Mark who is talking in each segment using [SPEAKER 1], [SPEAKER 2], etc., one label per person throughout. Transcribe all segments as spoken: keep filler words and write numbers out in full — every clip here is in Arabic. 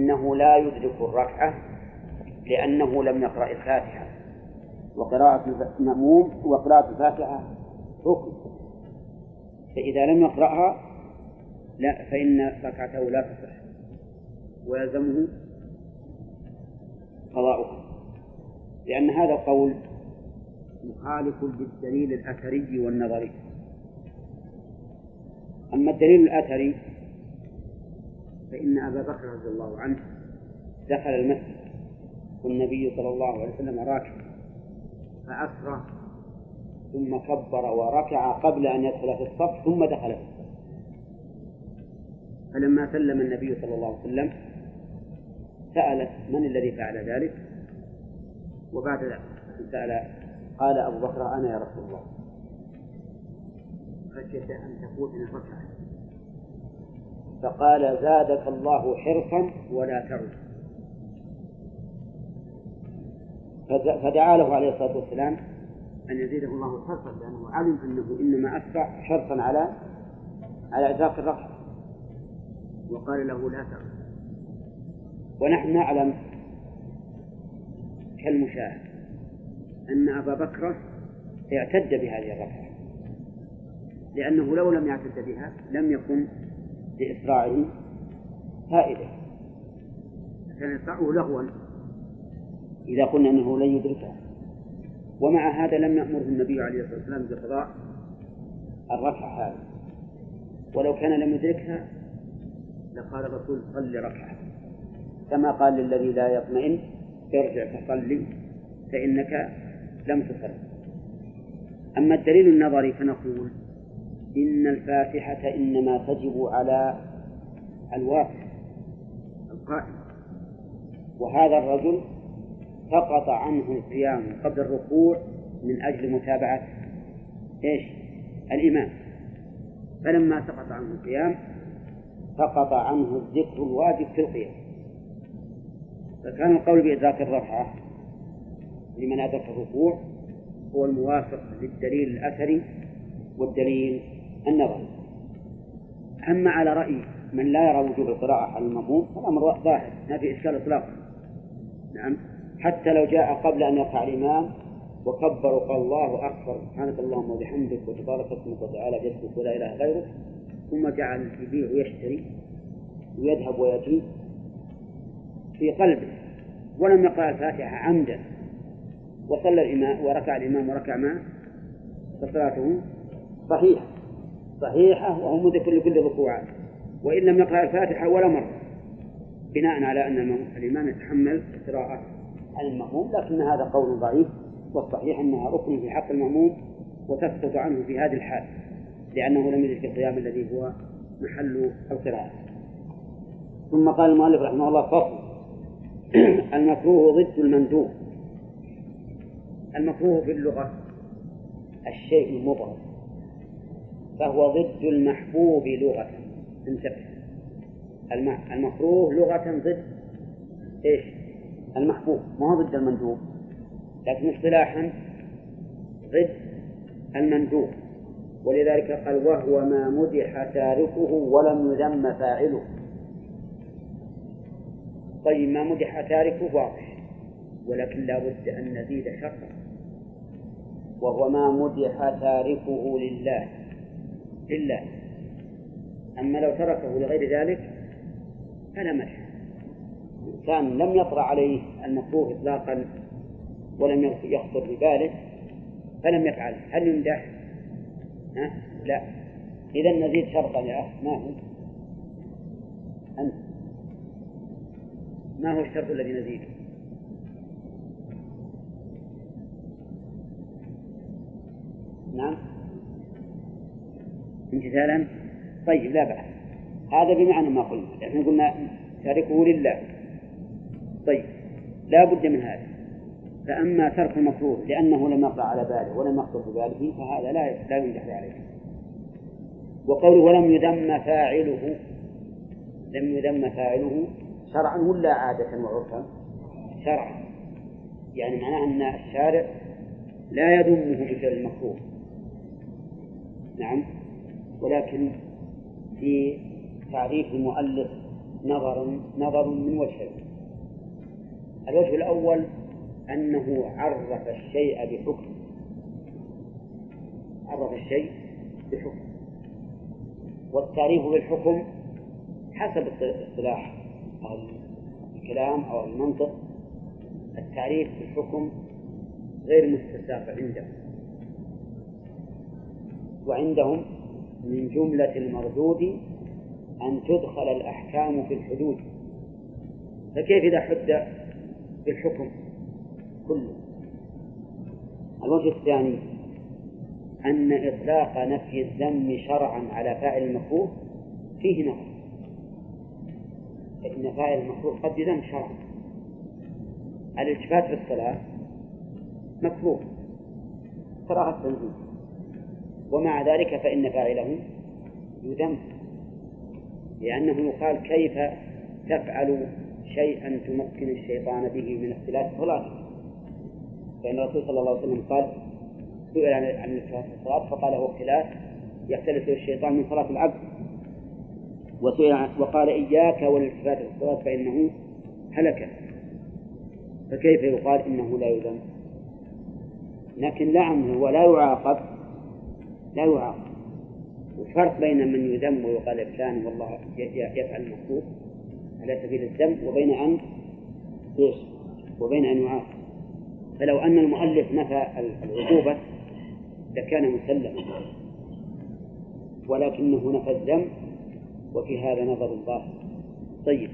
[SPEAKER 1] فإنه لا يدرك الركعة لأنه لم يقرأ الفاتحة، وقراءة المأموم وقراءة الفاتحة ركن، فإذا لم يقرأها لا فإن ركعته لا تصح ويلزمه قضاؤها، لأن هذا القول مخالف للدليل الأثري والنظري. أما الدليل الأثري فإن أبا بكر رضي الله عنه دخل المسجد والنبي صلى الله عليه وسلم راكع فأسرى ثم كبر وركع قبل أن يدخل في الصف ثم دخل في الصف، فلما سلم النبي صلى الله عليه وسلم سأل من الذي فعل ذلك، وبعد ذلك سأل قال أبو بكر أنا يا رسول الله، خشيت أن تفوتني الركعة، فقال زادك الله حرصا ولا تعد، فدعا له عليه الصلاة والسلام أن يزيده الله حرصا، لأنه علم أنه إنما أسرع حرصا على على إدراك الركعة، وقال له لا تعد. ونحن نعلم كالمشاهد أن أبا بكر اعتد بهذه الركعة، لأنه لو لم يعتد بها لم يكن لإسراعه فائدة، كان يسرعه لغوا إذا قلنا أنه لن يدركها. ومع هذا لم يأمره النبي عليه الصلاة والسلام بقضاء الركعة هذه، ولو كان لم يدركها لقال الرسول صل ركعة، كما قال للذي لا يطمئن ارجع فصلي فإنك لم تصل. أما الدليل النظري فنقول إن الفاتحة إنما تجب على الواقع القائم، وهذا الرجل سقط عنه القيام قبل الركوع من أجل متابعة إيش؟ الإمام، فلما سقط عنه القيام سقط عنه الذكر الواجب في القيام، فكان القول بإدراك الركعة لمن أدرك الركوع هو الموافق للدليل الأثري والدليل النظري. أما على رأي من لا يرى وجوب القراءة على المأموم فالأمر ظاهر ما في إشكال إطلاقا. نعم، حتى لو جاء قبل أن يقع الإمام وكبر وقال الله أكبر سبحانك اللهم وبحمدك وتبارك اسمك وتعالى جدك ولا إله غيرك، ثم جعل يبيع ويشتري ويذهب ويأتي في قلبه ولم يقرأ الفاتحة عمدا وصلى الإمام وركع الإمام وركع معه، فصلاته صحيحة صحيحة وهو مدرك لكل ركوعات، وإن لم يقرأ الفاتحة ولا مرة، بناء على أن الإمام يتحمل قراءة عن المأموم. لكن هذا قول ضعيف، والصحيح أنها ركن في حق المأموم وتسقط عنه في هذه الحال، لأنه لم يدرك القيام الذي هو محل القراءة. ثم قال المؤلف رحمه الله فصل: المكروه ضد المندوب. المكروه في اللغة الشيء المبغض، فهو ضد المحبوب لغة. انتبه، المكروه لغة ضد إيش؟ المحبوب، ما هو ضد المندوب، لكن اصطلاحا ضد المندوب. ولذلك قال: وهو ما مدح تاركه ولم يذم فاعله. طيب، ما مدح تاركه واضح، ولكن لا بد أن نزيد شرطا: وهو ما مدح تاركه لله لله. أما لو تركه لغير ذلك فلا مدح. كان لم يطرأ عليه المكروه إطلاقا ولم يخطر بباله فلم يفعل، هل يمدح؟ ها؟ لا. إذا نزيد شرطا يا أخ. ما هو أنت ما هو الشرط الذي نزيده؟ نعم، امتثالا. طيب، لا بأس، هذا بمعنى ما قلنا، نحن قلنا تاركه لله. طيب، لا بد من هذا. فأما ترك المكروه لأنه لم يقع على باله ولم يخطر بباله فهذا لا لا يمدح عليه. وقوله ولم يذم فاعله، لم يذم فاعله شرعا ولا عادة وعرفا؟ شرعا، يعني معناه أن الشارع لا يذمه بفعل المكروه. نعم، ولكن في تعريف المؤلف نظر نظر من وجهين. الوجه الأول أنه عرف الشيء بحكم، عرف الشيء بحكم، والتعريف بالحكم حسب اصطلاح الكلام أو المنطق التعريف بالحكم غير مستساغ عندهم، وعندهم من جملة المردود أن تدخل الأحكام في الحدود، فكيف إذا حد بالحكم كله؟ الوجه الثاني أن إطلاق نفي الذم شرعا على فاعل المكروه فيه نظر، فإن فاعل المكروه قد يذم شرعا. الالتفات في الصلاة مكروه كراهة تنزيه، ومع ذلك فإن فاعله يذم، لأنه يقال كيف تفعل شيئا تمكن الشيطان به من اختلاف صلاتك، فإن الرسول صلى الله عليه وسلم قال سئل عن الالتفات في الصلاة فقال هو اختلاف يختلف الشيطان من صلاة العبد، وسئل وقال إياك والالتفات في الصلاة فإنه هلك، فكيف يقال إنه لا يذم؟ لكن نعم هو لا يعاقب، لا يعاقب. وفرق بين من يذم ويقال فلان والله يفعل المكروه على سبيل الذم وبين أن إيش؟ وبين أن يعاقب. فلو أن المؤلف نفى العقوبة لكان مسلما، ولكنه نفى الذم، وفي هذا نظر ظاهر. طيب،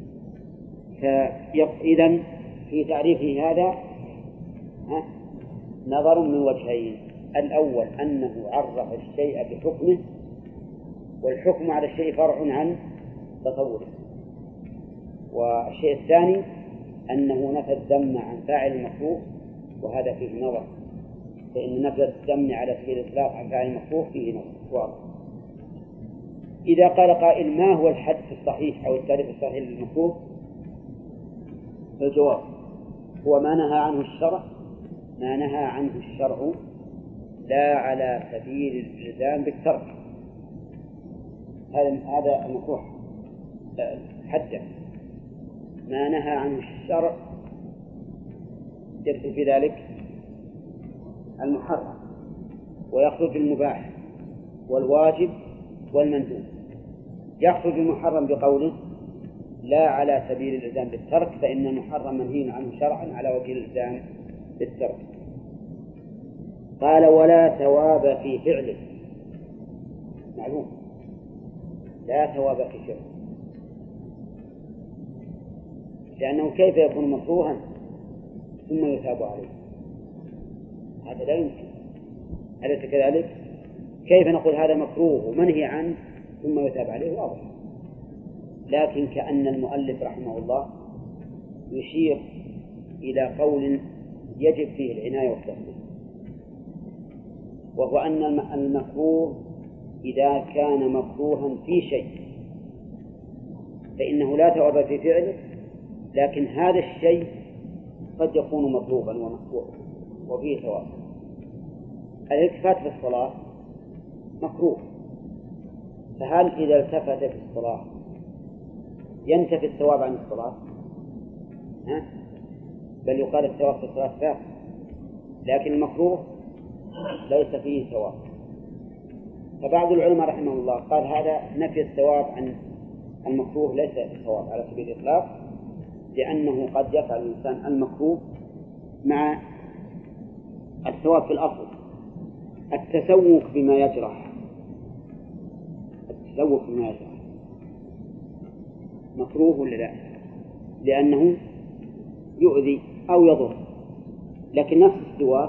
[SPEAKER 1] فإذن في تعريفه هذا ها نظر من وجهين: الأول أنه عرف الشيء بحكمه، والحكم على الشيء فرع عن تصوره، والشيء الثاني أنه نفى الذم عن فاعل المكروه، وهذا فيه نظر، فإن نفي الذم على سبيل الإطلاق عن فاعل المكروه فيه نظر واضح. إذا قال قائل ما هو الحد الصحيح أو التعريف الصحيح للمكروه؟ فالجواب هو ما نهى عنه الشرع، ما نهى عنه الشرع لا على سبيل الالتزام بالترك، هذا هذا المكروه حدا. ما نهى عنه الشرع يدخل في ذلك المحرم، ويخرج المباح والواجب والمندوب. يخرج المحرم بقوله لا على سبيل الالتزام بالترك، فإن المحرم منهي عنه شرعا على وجه الالتزام بالترك. قال ولا ثواب في فعله، معلوم لا ثواب في فعله، لأنه كيف يكون مكروها ثم يثاب عليه؟ هذا لا يمكن، أليس كذلك؟ كيف نقول هذا مكروه ومنهي عنه ثم يثاب عليه؟ واضح. لكن كأن المؤلف رحمه الله يشير إلى قول يجب فيه العناية والتفصيل، وهو أن المكروه إذا كان مكروها في شيء فإنه لا ثواب في فعله، لكن هذا الشيء قد يكون مطلوبا ومكروها وفيه ثواب. الالتفات في الصلاة مكروه، فهل إذا التفت في الصلاة ينتفي الثواب عن الصلاة؟ ها؟ بل يقال الثواب في الصلاة فاق، لكن المكروه ليس فيه ثواب. فبعض العلماء رحمه الله قال هذا نفي الثواب عن المكروه ليس ثواب على سبيل الإطلاق، لأنه قد يفعل الإنسان المكروه مع الثواب في الأصل. التسوق بما يجرح، التسوق بما يجرح مكروه ولا لا؟ لأنه يؤذي أو يضر، لكن نفس السواك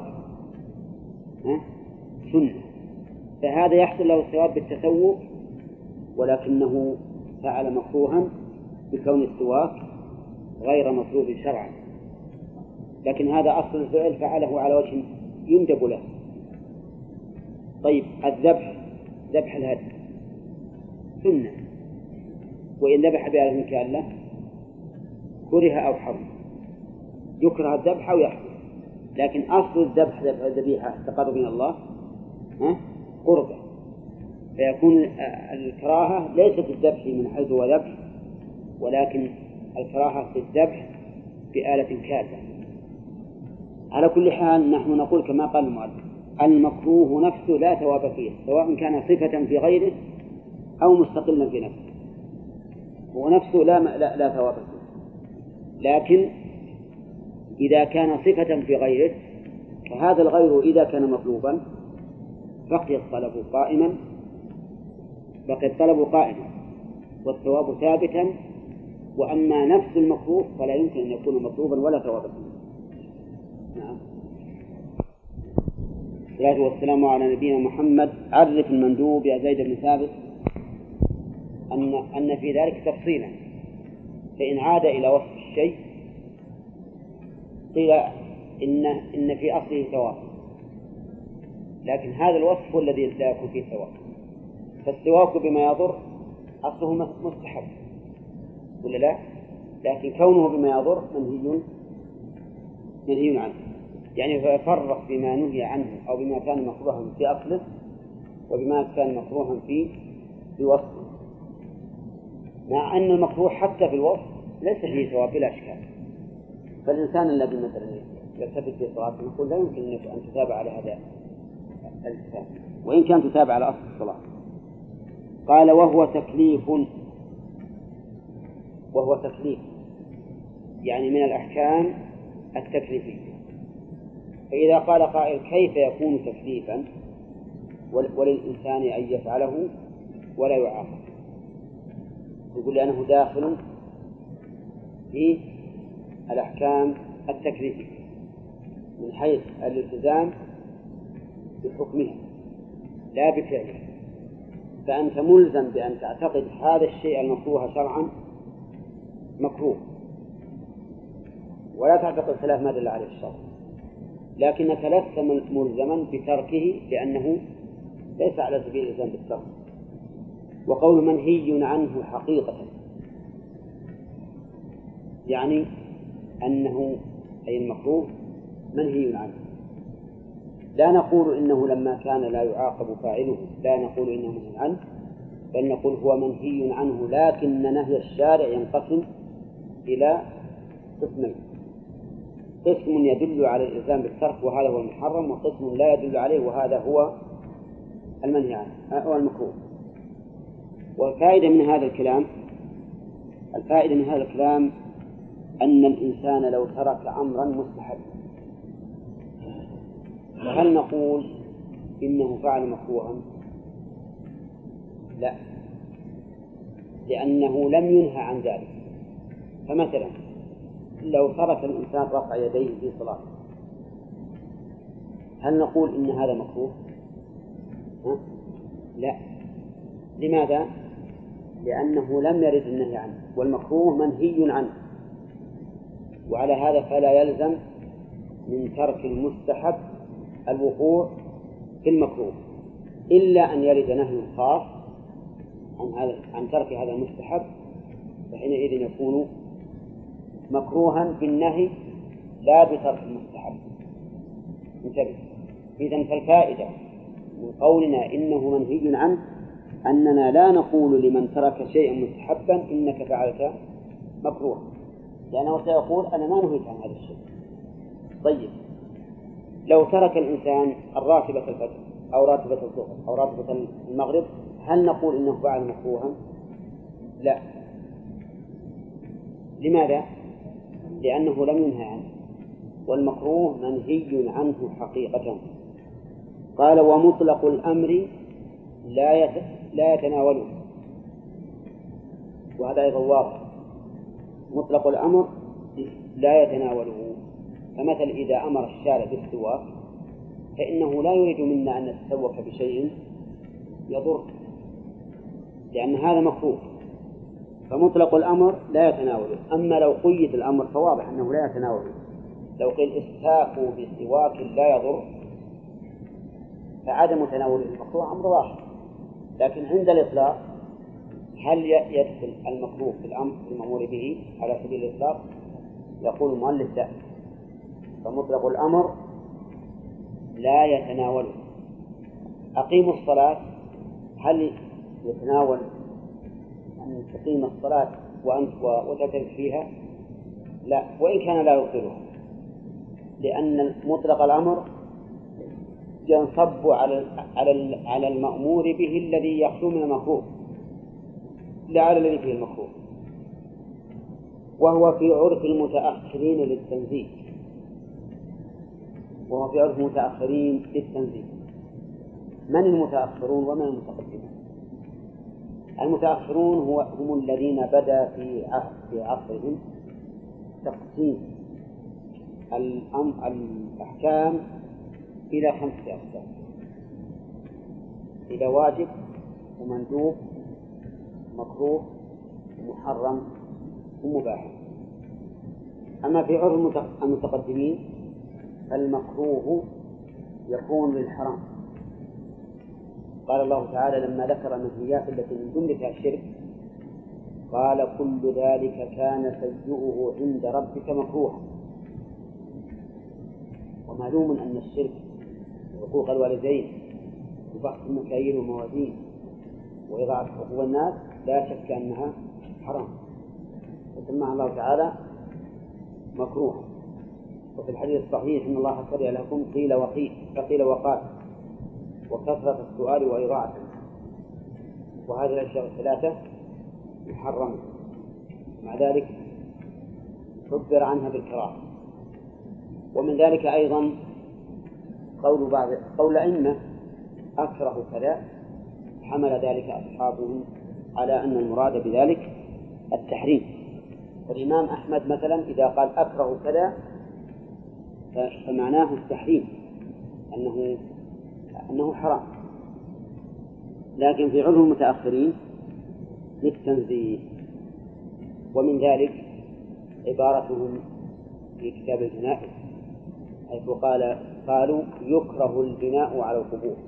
[SPEAKER 1] سنة، فهذا يحصل له الثواب بالتسوق، ولكنه فعل مكروها بكون السواك غير مطلوب شرعا، لكن هذا أصل الفعل فعله على وجه يندب له. طيب، الذبح، ذبح الهدي سنة، وإن ذبح بآلة كان له كره أو حرم، يكره الذبح أو يحرم، لكن أصل الذبح ذبح الذبيحة تقرب من الله قربة، فيكون الكراهة ليست الذبح من حيث هو ذبح، ولكن الكراهة في الذبح بآلة كاذبة. على كل حال نحن نقول كما قال المؤلف: المكروه نفسه لا ثواب فيه، سواء كان صفة في غيره أو مستقلا في نفسه، هو نفسه لا, لا, لا ثواب فيه. لكن إذا كان صفة في غيره فهذا الغير إذا كان مطلوبا بقي الطلب قائما بقي الطلب قائما والثواب ثابتا. وأما نفس المكروه فلا يمكن أن يكون مطلوبا ولا ثواب فيه. نعم. الصلاة والسلام على نبينا محمد. عرف المندوب يا زيد بن ثابت أن أن في ذلك تفصيلا، فإن عاد إلى وصف الشيء قيل إن إن في أصله ثواب، لكن هذا الوصف هو الذي لا يكون فيه ثواب. فالسواك بما يضر أصله مستحب ولا لا؟ لكن كونه بما يضر منهي منهي عنه، يعني فيفرق بما نهي عنه أو بما كان مكروها في أصله وبما كان مكروها في في وصفه، مع أن المكروه حتى في الوصف ليس فيه ثواب بلا إشكال. فالإنسان الذي مثلا يلتفت في صلاته نقول لا يمكن أن تتابع على هذا الالتفات، وإن كان تتابع على أصل الصلاة. قال: وهو تكليف، وهو تكليف يعني من الأحكام التكليفية. فإذا قال قائل: كيف يكون تكليفا وللإنسان أن يفعله ولا يعاقب؟ يقول لأنه داخل في الأحكام التكليفية من حيث الالتزام بحكمها لا بفعله. فأنت ملزم بأن تعتقد هذا الشيء المكروه شرعا مكروه، ولا تعتقد خلاف ما دل عليه الشرع، لكنك لست ملزما بتركه لأنه ليس على سبيل الإلزام بالترك. وقول منهي عنه حقيقة يعني أنه أي المكروه منهي عنه. لا نقول إنه لما كان لا يعاقب فاعله لا نقول إنه منهي عنه، بل نقول هو منهي عنه، لكن نهي الشارع ينقسم إلى قسمين: قسم يدل على الإلزام بالترك وهذا هو المحرم، وقسم لا يدل عليه وهذا هو المنهي عنه أو المكروه. والفائدة من هذا الكلام الفائدة من هذا الكلام أن الإنسان لو ترك أمرا مستحب فهل نقول إنه فعل مكروها؟ لا، لأنه لم ينهى عن ذلك. فمثلا لو ترك الإنسان رفع يديه في صلاة هل نقول إن هذا مكروه؟ ها؟ لا. لماذا؟ لأنه لم يرد النهي عنه، والمكروه منهي عنه، وعلى هذا فلا يلزم من ترك المستحب الوقوع في المكروه إلا أن يرد نهي خاص عن هذا عن ترك هذا المستحب، فحينئذ يكون مكروها بالنهي لا بترك المستحب. انتبه. إذن فالفائدة من قولنا إنه منهي عنه أننا لا نقول لمن ترك شيئا مستحبا إنك فعلت مكروه، لأنه سيقول أنا ما نهيت عن هذا الشيء. طيب لو ترك الإنسان الراتبة الفجر أو راتبة الظهر أو راتبة المغرب هل نقول إنه فعل مكروها؟ لا. لماذا؟ لأنه لم ينهى عنه، والمكروه منهي عنه حقيقة. قال: ومطلق الأمر لا لا يتناوله، وهذا أيضا واضح. مطلق الأمر لا يتناوله. فمثل إذا أمر الشارع بالسواك فإنه لا يريد منا أن نتسوك بشيء يضر، لأن هذا مكروه، فمطلق الأمر لا يتناوله. أما لو قيد الأمر فواضح أنه لا يتناوله. لو قيل استاكوا بسواك لا يضر فعدم تناول المكروه أمر واحد. لكن عند الإطلاق هل يدخل المكروه في الأمر المأمور به على سبيل الإطلاق؟ يقول المؤلف لا، فمطلق الأمر لا يتناوله. أقيموا الصلاة هل يتناول أن تقيم الصلاة وأنت وتترك فيها لا، وإن كان لا يبطلها، لأن مطلق الأمر ينصب على على على المأمور به الذي يخلو من المكروه، لا على الذي فيه المكروه، وهو في عرف المتأخرين للتنزيه وهو في عرف المتأخرين للتنزيه. من المتأخرون ومن المتقدمون؟ المتأخرون هو هم الذين بدأ في في عصرهم تقسيم الأحكام إلى خمسة أقسام: إلى واجب ومندوب مكروه ومحرم ومباح. أما في عرف المتقدمين فالمكروه يكون للحرام. قال الله تعالى لما ذكر المنهيات التي من جملتها الشرك قال كل ذلك كان سيئه عند ربك مكروها. ومعلوم أن الشرك وحقوق الوالدين وبحث المكاييل والموازين وإضاعة حقوق الناس لا شك أنها حرام، وسماها الله تعالى مكروها. وفي الحديث الصحيح إن الله كره لكم قيل وقيل فقيل وقال وكثرة السؤال وإضاعة، وهذه الأشياء الثلاثة محرمة، مع ذلك عبر عنها بالكراهة. ومن ذلك أيضا قول بعض قول أئمة أكره كذا، حمل ذلك أصحابهم على أن المراد بذلك التحريم. والإمام أحمد مثلا إذا قال أكره كذا فمعناه التحريم، أنه أنه حرام. لكن في عرف المتأخرين للتنزيه. ومن ذلك عبارتهم في كتاب الجنائز حيث قال قالوا يكره البناء على القبور.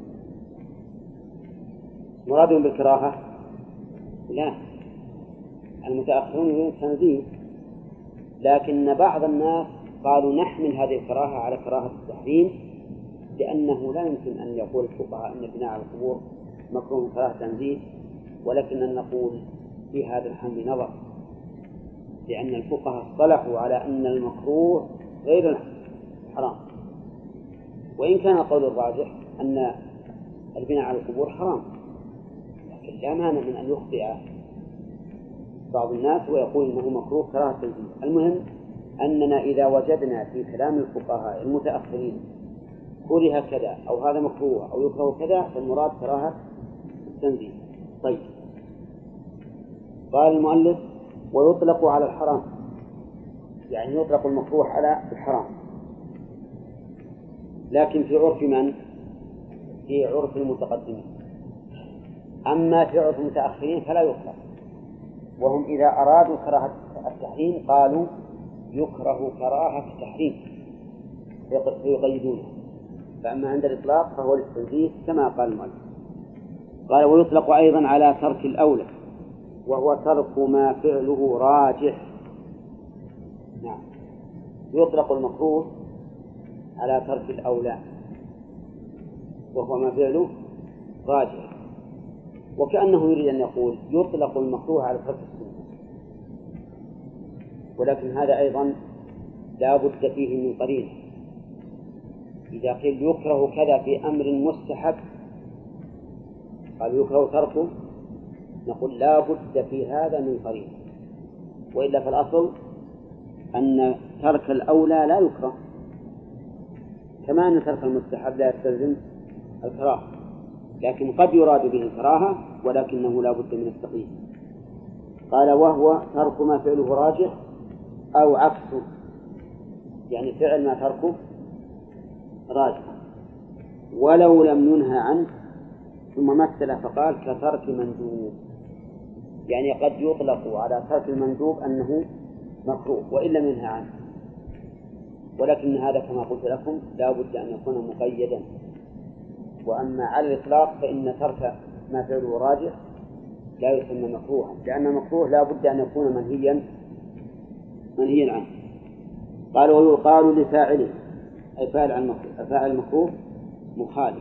[SPEAKER 1] مرادهم بالكراهة لا، المتأخرون يريدون التنزيه، لكن بعض الناس قالوا نحمل هذه الكراهة على كراهة التحريم، لأنه لا يمكن أن يقول الفقهاء أن البناء على القبور مكروه من كراهة تنزيه، ولكن أن نقول في هذا الحمل نظر، لأن الفقهاء اصطلحوا على أن المكروه غير الحرام، وإن كان القول الراجح أن البناء على القبور حرام، لكن لا مانع من أن يخطئ بعض الناس ويقول إنه مكروه كراهة تنزيه. المهم أننا إذا وجدنا في كلام الفقهاء المتأخرين كره كذا أو هذا مكروه أو يكره كذا فالمراد كراهة التنزيه. طيب، قال المؤلف ويطلق على الحرام، يعني يطلق المكروه على الحرام، لكن في عرف من؟ في عرف المتقدمين. أما في عرف المتأخرين فلا يطلق، وهم إذا أرادوا كراهة التحريم قالوا يكره كراهة التحريم فيقيدونه. فأما عند الإطلاق فهو للتنزيه كما قال المؤلف. قال ويطلق أيضا على ترك الأولى، وهو ترك ما فعله راجح. نعم، يطلق المكروه على ترك الأولى وهو ما فعله راجح، وكأنه يريد أن يقول يطلق المكروه على ترك السنة، ولكن هذا أيضا لا بد فيه من قرينة. إذا قيل يكره كذا في أمر مستحب قال يكره تركه، نقول لا بد في هذا من قرينة، وإلا فالأصل أن ترك الأولى لا يكره، كما أن ترك المستحب لا يستلزم الكراهة، لكن قد يراد به الكراهة ولكنه لا بد من التقييد. قال وهو ترك ما فعله راجح أو عكسه، يعني فعل ما تركه راجح ولو لم ينهى عنه، ثم مثل فقال كترك مندوب، يعني قد يطلق على ترك المندوب أنه مكروه وإن لم ينهى عنه، ولكن هذا كما قلت لكم لا بد أن يكون مقيدا. وأما على الإطلاق فإن ترك ما فعله راجح لا يسمى مكروها، لأن المكروه لا بد أن يكون منهيا منهيا عنه. قال ويقال لفاعله أي فاعل عن المكروه، فاعل المكروه مخالف،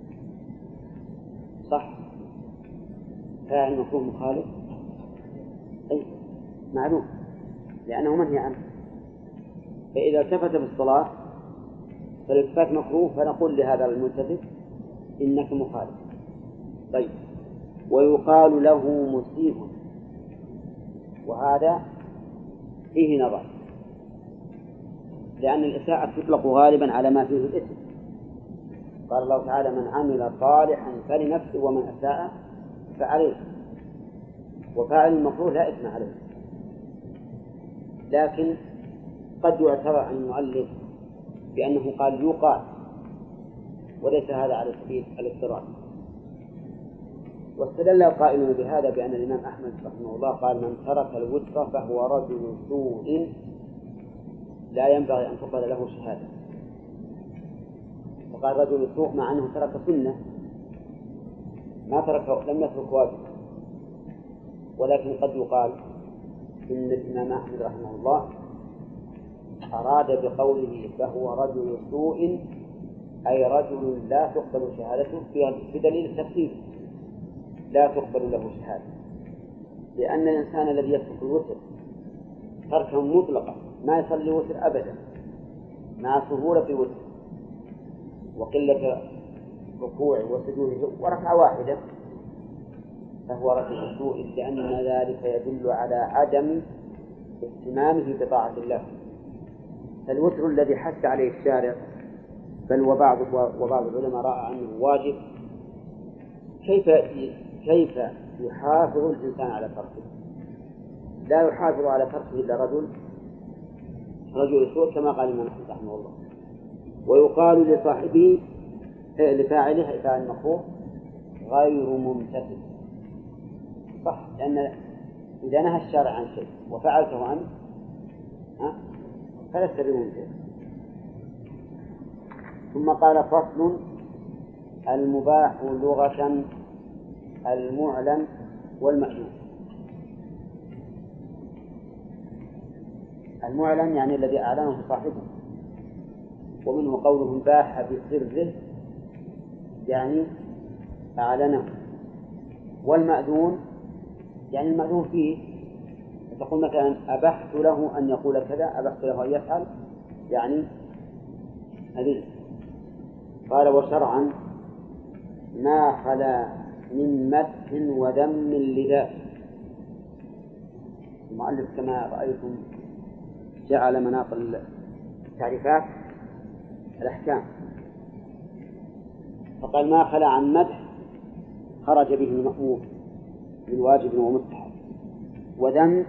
[SPEAKER 1] صح؟ فاعل المكروه مخالف معلوم لأنه منهي عنه. فإذا التفت بالصلاة فالالتفات مكروه، فنقول لهذا الملتفت إنك مخالف. طيب، ويقال له مسيء، وهذا فيه نظر، لأن الإساءة تطلق غالبا على ما فيه الإثم. قال الله تعالى: من عمل صالحا فلنفسه ومن أساء فعليه. وفاعل المكروه لا إثم عليه، لكن قد يعتبر عن المؤلف بأنه قال يقال، وليس هذا على سبيل الاضطرار. واستدل القائلون بهذا بأن الإمام أحمد رحمه الله قال: من ترك الوتر فهو رجل سوء لا ينبغي أن تقبل له شهادة. وقال رجل سوء مع أنه ترك سنة، ما ترك، لم يترك واجب. ولكن قد يقال إن الإمام أحمد رحمه الله أراد بقوله فهو رجل سوء أي رجل لا تقبل شهادته، في دليل التفسير لا تقبل له شهادة، لأن الإنسان الذي يترك الوتر تركا مطلقا ما يصلي وتر أبدا مع سهولة الوتر وقلة ركوعه وسجوده وركعة واحدة فهو رجل سوء، لأن ذلك يدل على عدم اهتمامه بطاعة الله. فالوتر الذي حث عليه الشارع بل وبعض وبعض العلماء رأى أنه واجب، كيف كيف يحافظ الإنسان على تركه؟ لا يحافظ على تركه إلا رجل رجل سوء كما قال الإمام أحمد رحمه الله. ويقال لصاحبه لفاعله فاعل المكروه غير ممتثل، صح، لأن إذا نهى الشارع عن شيء وفعلته أنت فلست بممتثل. ثم قال: فصل: المباح لغة المعلن والمأذون. المعلن يعني الذي أعلنه صاحبه، ومنه قوله باح بسره يعني أعلنه. والمأذون يعني المأذون فيه، تقول مثلا أبحت له أن يقول كذا، أبحت له أن يفعل، يعني هذه. قال: وشرعا ما خلا من مدح وذم لذاته. المؤلف كما رأيتم جعل مناط التعريفات الأحكام، فقال: ما خلا عن مدح خرج به المأمور من واجب ومستحب، وذم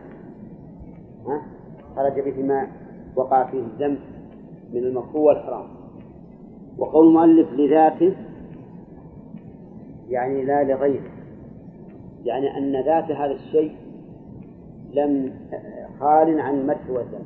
[SPEAKER 1] خرج به ما وقع فيه الذم من المكروه والحرام. وقول المؤلف لذاته يعني لا لغيره، يعني أن ذات هذا الشيء لم خال عن المدح والذم،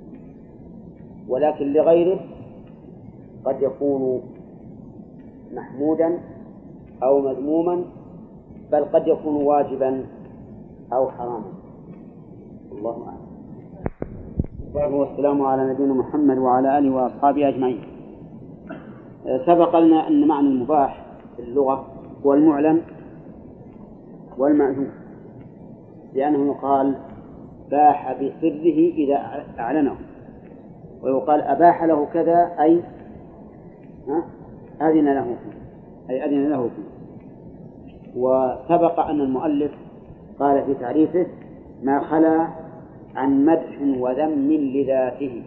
[SPEAKER 1] ولكن لغيره قد يكون محمودا أو مذموما، بل قد يكون واجبا أو حراما. الله أعلم. والسلام على نبينا محمد وعلى آله وأصحابه أجمعين. سبق لنا أن معنى المباح في اللغة هو المعلن والمأذون، لأنه يقال باح بسره إذا أعلنه، ويقال أباح له كذا أي أذن له فيه، أي أذن له فيه. وسبق أن المؤلف قال في تعريفه ما خلا عن مدح وذم لذاته،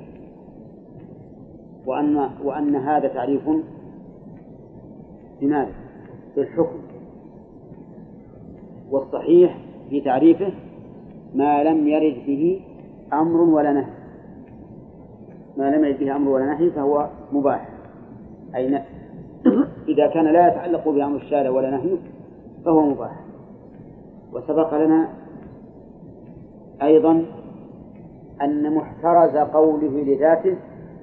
[SPEAKER 1] وأن, وأن هذا تعريف بماذا؟ بالحكم. والصحيح في تعريفه ما لم يرد به أمر ولا نهي، ما لم يرد به أمر ولا نهي فهو مباح، أي إذا كان لا يتعلق بأمر الشارع ولا نهي فهو مباح. وسبق لنا أيضا أن محترز قوله لذاته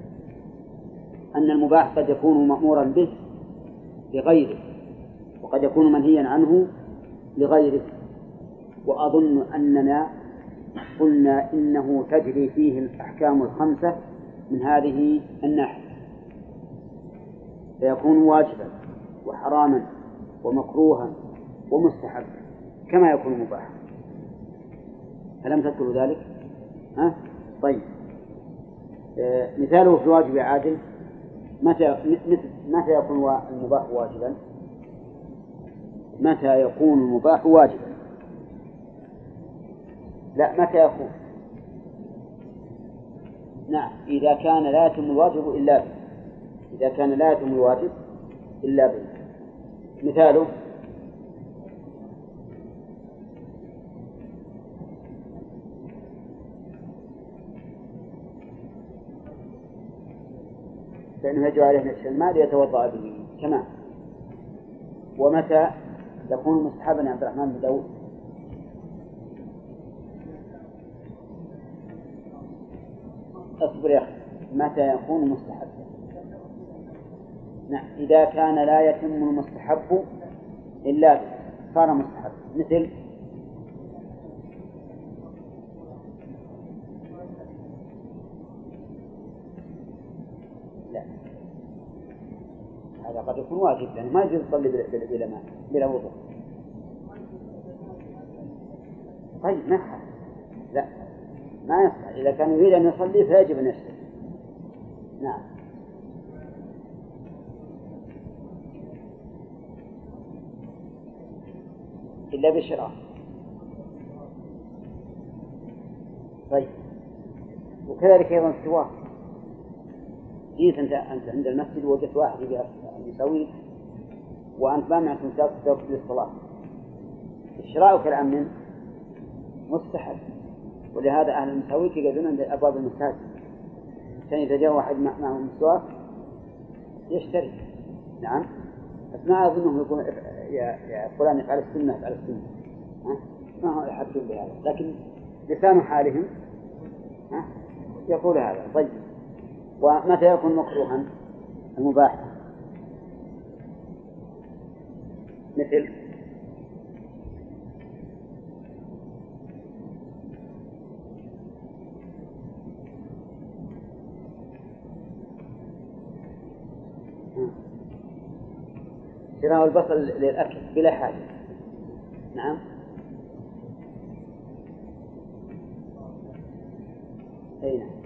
[SPEAKER 1] أن المباح قد يكون مأمورا به لغيره، وقد يكون منهيا عنه لغيره. وأظن أننا قلنا إنه تجري فيه الأحكام الخمسة من هذه الناحية، فيكون واجبا وحراما ومكروها ومستحبا كما يكون مباحا. ألم تذكروا ذلك؟ ها؟ طيب آه مثاله في الواجب عادل متى متى يكون المباح واجبا؟ متى يكون المباح واجبا؟ لا متى يكون؟ نعم إذا كان لا يتم الواجب إلا به. إذا كان لا يتم الواجب إلا به. مثاله فإنه يجب عليه نفس الماء ليتوضأ به. تمام. ومتى يكون مستحبا يا عبد الرحمن بن داود؟ اصبر يا أخي. متى يكون مستحبا؟ نعم إذا كان لا يتم المستحب إلا به صار مستحب. مثل لا هذا قد يكون واجب لأنه ما يجوز تصلي بلا ماء بلا وضوء. طيب ما يصح. لا ما يصح. إذا كان يريد أن يصلي فيجب أن يشتري. نعم إلا بالشراء. طيب وكذلك أيضا السواك. جيت أنت أنت عند المسجد وجدت واحد يسوي وأنت ما معك مساك للصلاة، شراؤك الآن من مستحب. ولهذا أهل المساويك يقعدون عند أبواب المساجد عشان إذا جاء واحد معه مسواك يشتري. نعم بس ما أظنهم يقول يا يا فلان يفعل السنة يفعل السنة، ما هو يحدثون بهذا، لكن لسان حالهم يقول هذا. طيب ومتى يكون مكروها؟ المباح مثل شراء البصل للأكل بلا حاجة. نعم أي نعم.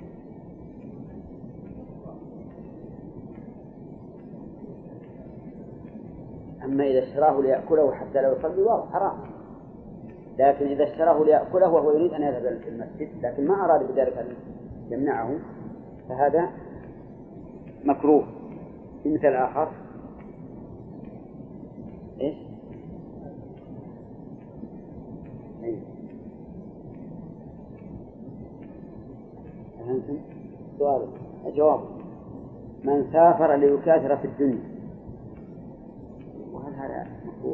[SPEAKER 1] أما إذا اشتراه ليأكله حتى لو يصلي واضح حرام، لكن إذا اشتراه ليأكله وهو يريد أن يذهب إلى المسجد لكن ما أراد بذلك أن يمنعه فهذا مكروه. في مثل آخر إيش؟ أي أنتم سؤال الجواب من سافر ليكاثر في الدنيا، وهل هذا مكروه؟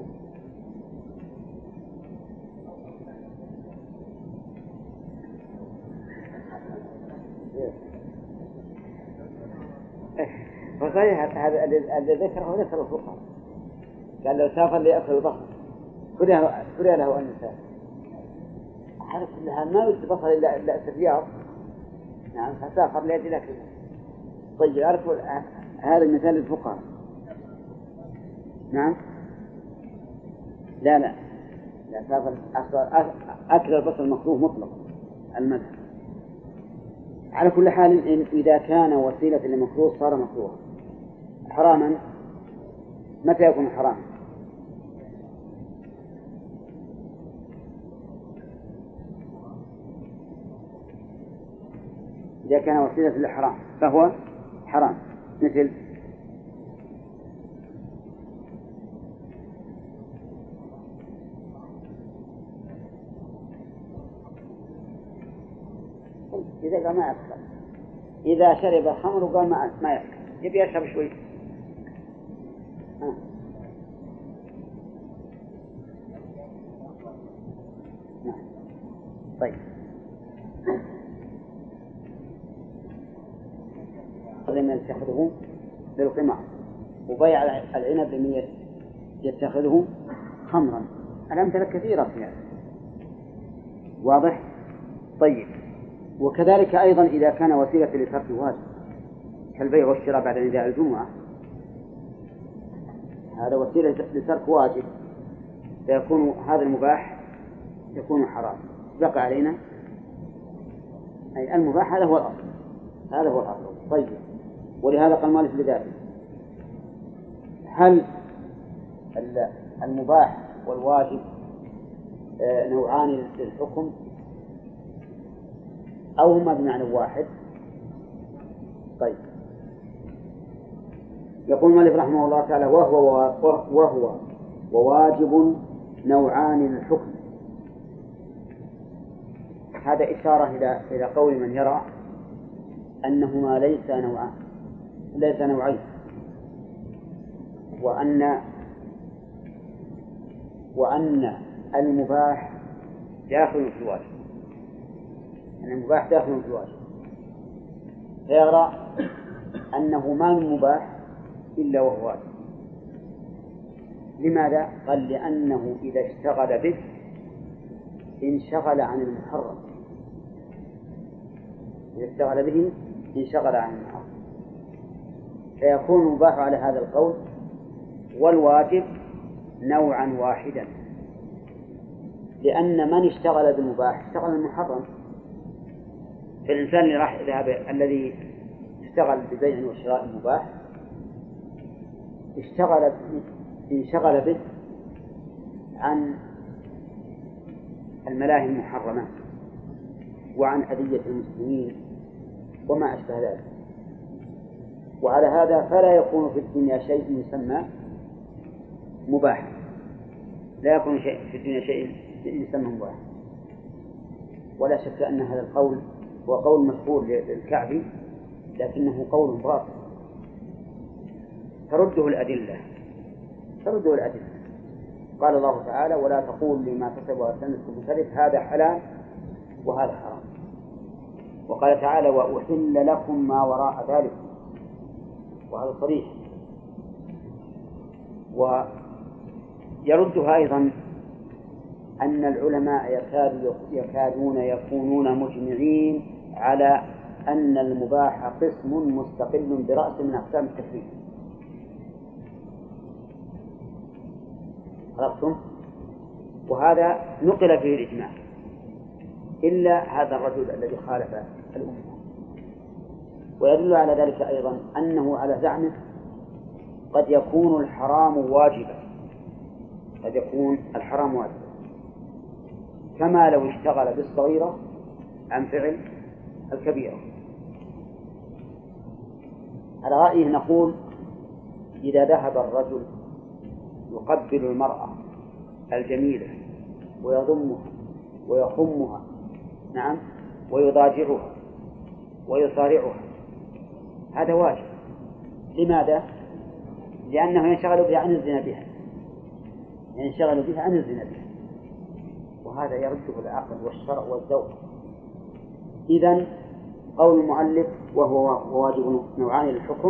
[SPEAKER 1] فصحيح هذا الذي ذكره ذكر الفقهاء قال لو سافر ليأكل البصل كره له أن يسافر. على كل حال ما يوجد بصل إلا في الرياض. نعم فسافر لأجل أكله. طيب أعرفوا هذا المثال للفقهاء. نعم لا لا لا سافر أكل البصل مكروه مطلق المذهب. على كل حال إن إذا كان وسيلة لمكروه صار مكروه. حراما متى يكون حراما؟ إذا كان وسيلة للحرام فهو حرام. مثل إذا قال ما يسكر، إذا شرب الخمر وقال ما ما يسكر يبي يشرب شوي. آه. نعم. طيب لما يتخذه للقمار وبيع العنب لمن يتخذه خمرا. الأمثلة كثيرة في هذا واضح. طيب وكذلك أيضا إذا كان وسيلة لترك الواجب كالبيع والشراء بعد نداء الجمعة، هذا وسيلة لترك واجب فيكون هذا المباح يكون حرام. بقى علينا أي المباح هذا هو الأصل، هذا هو الأصل. طيب، ولهذا قال مالك لذاته. هل المباح والواجب نوعان للحكم أو هما بمعنى واحد؟ طيب، يقول مالك رحمه الله تعالى: وهو وهو وواجب نوعان للحكم. هذا إشارة إلى إلى قول من يرى أنهما ليس نوعان ليس نوعين، وأن وأن المباح داخل في الواجب، أن المباح داخل في الواجب، فيرى أنه ما من مباح إلا وهو واجب. لماذا؟ قال: لأنه إذا اشتغل به انشغل عن المحرم، إذا اشتغل به انشغل عن المحرم، فيكون المباح على هذا القول والواجب نوعا واحدا، لأن من اشتغل بالمباح اشتغل المحرم. فالإنسان اللي راح ذهب الذي اشتغل ببيع وشراء المباح اشتغل انشغل به عن الملاهي المحرمات وعن أذية المسلمين وما أشبه ذلك. وعلى هذا فلا يكون في الدنيا شيء يسمى مباح، لا يكون شيء في الدنيا شيء يسمى مباح. ولا شك أن هذا القول هو قول مشهور للكعبي، لكنه قول باطل ترده الأدلة ترده الأدلة قال الله تعالى: ولا تقول لما كسب ألسنتكم الكذب هذا حلال وهذا حرام. وقال تعالى: وأحل لكم ما وراء ذلك، وهذا صريح. ويردها أيضا أن العلماء يكاد يكادون يكونون مجمعين على أن المباح قسم مستقل برأس من أقسام التكليف. عرفتم؟ وهذا نقل فيه الإجماع إلا هذا الرجل الذي خالف الأمة. ويدل على ذلك أيضا أنه على زعمه قد يكون الحرام واجبا قد يكون الحرام واجبا كما لو اشتغل بالصغيرة عن فعل الكبيرة. على رأيه نقول: إذا ذهب الرجل يقبل المرأة الجميلة ويضمها ويخمها، نعم، ويضاجعها ويصارعها، هذا واجب. لماذا؟ لأنه ينشغل بها عن الزنا بها ينشغل بها عن الزنا بها وهذا يرده العقل والشرع والذوق. إذن قول المؤلف وهو واجب نوعان للحكم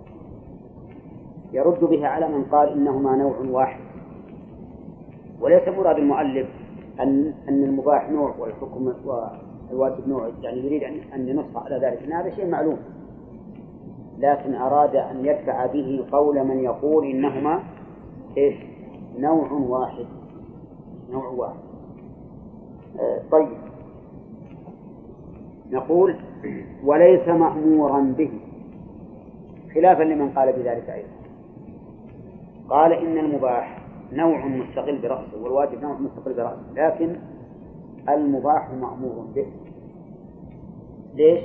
[SPEAKER 1] يرد به على من قال إنهما نوع واحد. وليس مراد المؤلف أن أن المباح نوع والحكم والواجب نوع، يعني يريد أن ينص على ذلك، إن هذا شيء معلوم، لكن أراد أن يدفع به قول من يقول إنهما إيش؟ نوع واحد نوع واحد. آه طيب، نقول: وليس مأمورا به، خلافا لمن قال بذلك أيضا. قال: إن المباح نوع مستقل برأسه والواجب نوع مستقل برأسه، لكن المباح مأمور به. ليش؟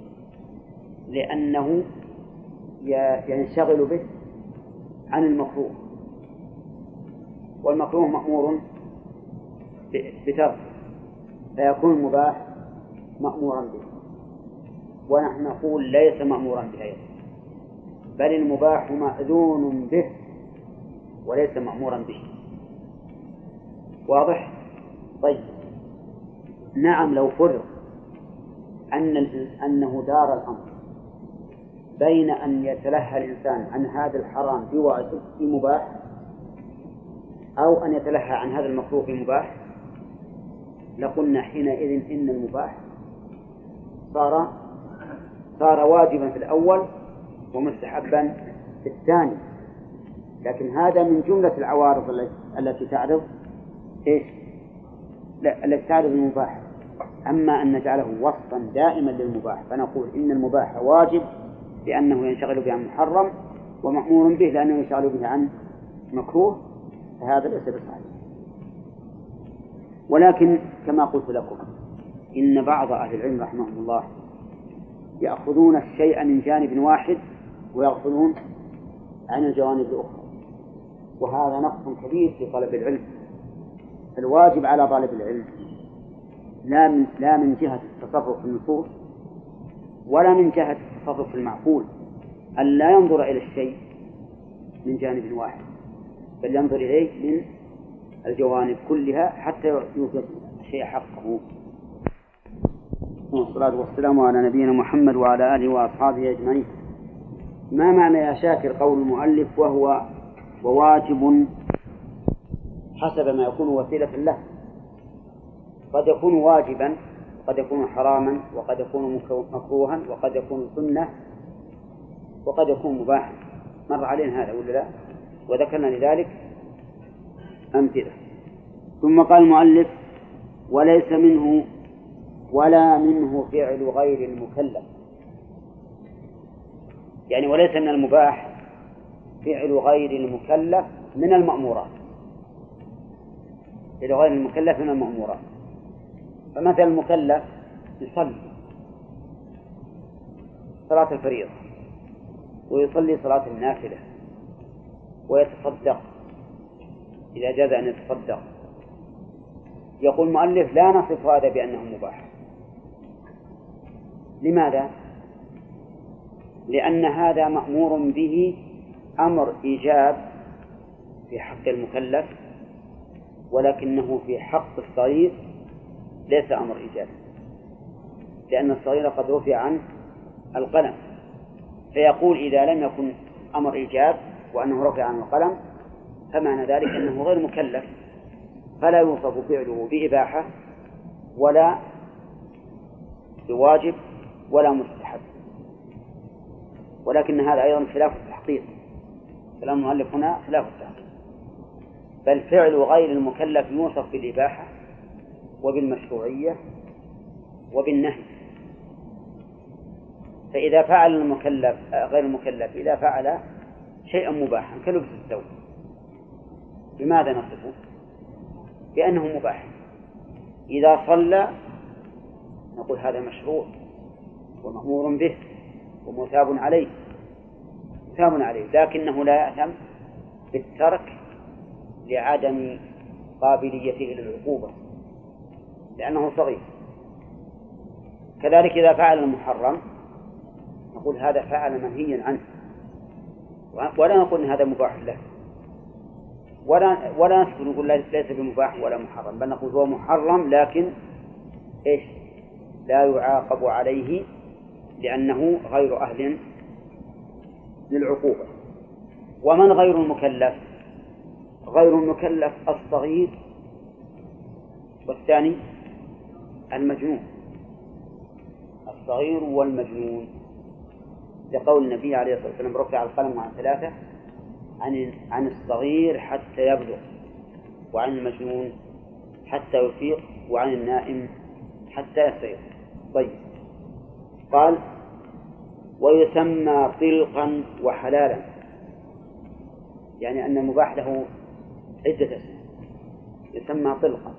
[SPEAKER 1] لأنه ينشغل به عن المكروه، والمكروه مأمور بتركه، فيكون المباح مأمورا به. ونحن نقول: ليس مأمورا به أيضا، بل المباح مأذون به وليس مأمورا به. واضح؟ طيب، نعم، لو فرض أن أنه دار الأمر بين أن يتلهى الإنسان عن هذا الحرام بواجب في مباح أو أن يتلهى عن هذا المكروه في مباح، لقلنا حينئذ إن المباح صار صار واجبا في الأول ومستحبا في الثاني. لكن هذا من جملة العوارض التي تعرض إيش؟ لا، التي تعرض المباح. أما أن نجعله وصفا دائما للمباح فنقول إن المباح واجب لأنه ينشغل به عن محرم ومأمور به لأنه ينشغل به عن مكروه، فهذا ليس بصحيح. ولكن كما قلت لكم إن بعض أهل العلم رحمهم الله يأخذون الشيء من جانب واحد ويغفلون عن الجوانب الأخرى، وهذا نقص كبير في طلب العلم. الواجب على طالب العلم لا من, لا من جهة التصرف في النصوص ولا من جهة التصرف في المعقول أن لا ينظر إلى الشيء من جانب واحد، بل ينظر إليه من الجوانب كلها حتى يوجد الشيء حقه. والصلاة والسلام على نبينا محمد وعلى آله وأصحابه أجمعين. ما معنى يا شاكر قول المؤلف وهو وواجب حسب ما يكون وسيلة له؟ قد يكون واجبا وقد يكون حراما وقد يكون مكروها وقد يكون سنة وقد يكون مباحا، مر علينا هذا ولا لا؟ وذكرنا لذلك أمثلة. ثم قال المؤلف وليس منه ولا منه فعل غير المكلف، يعني وليس من المباح فعل غير المكلف من المأمورات، فعل غير المكلف من المأمورات. فمثل المكلف يصلي صلاة الفريضة ويصلي صلاة النافلة ويتصدق إذا جاز أن يتصدق. يقول المؤلف لا نصف هذا بأنه مباح. لماذا؟ لأن هذا مأمور به أمر إيجاب في حق المكلف، ولكنه في حق الصغير ليس أمر إيجاب، لأن الصغير قد رفع عن القلم، فيقول إذا لم يكن أمر إيجاب وأنه رفع عن القلم فمعنى ذلك أنه غير مكلف، فلا يوصف فعله بإباحة ولا بواجب ولا مستحب. ولكن هذا أيضا خلاف التحقيق، كلام المؤلف هنا خلاف التحقيق، بل فعل غير المكلف يوصف بالإباحة وبالمشروعية وبالنهي. فإذا فعل المكلف غير المكلف إذا فعل شيئا مباحا كلبس الثوب، بماذا نصفه؟ بأنه مباح. إذا صلى نقول هذا مشروع ومأمور به ومثاب عليه مثاب عليه، لكنه لا يأثم بالترك لعدم قابليته للعقوبة لأنه صغير. كذلك إذا فعل المحرم نقول هذا فعل منهيا عنه، ولا نقول إن هذا مباح له، ولا ولا نقول ليس بمباح ولا محرم، بل نقول هو محرم لكن إيش لا يعاقب عليه لأنه غير أهل للعقوبة. ومن غير المكلف؟ غير المكلف الصغير والثاني المجنون، الصغير والمجنون، لقول النبي عليه الصلاة والسلام رفع القلم عن ثلاثة، عن عن الصغير حتى يبلغ، وعن المجنون حتى يفيق، وعن النائم حتى يستيقظ. طيب، قال ويسمى طلقا وحلالا، يعني أن المباح له عدة اسم، يسمى طلقا.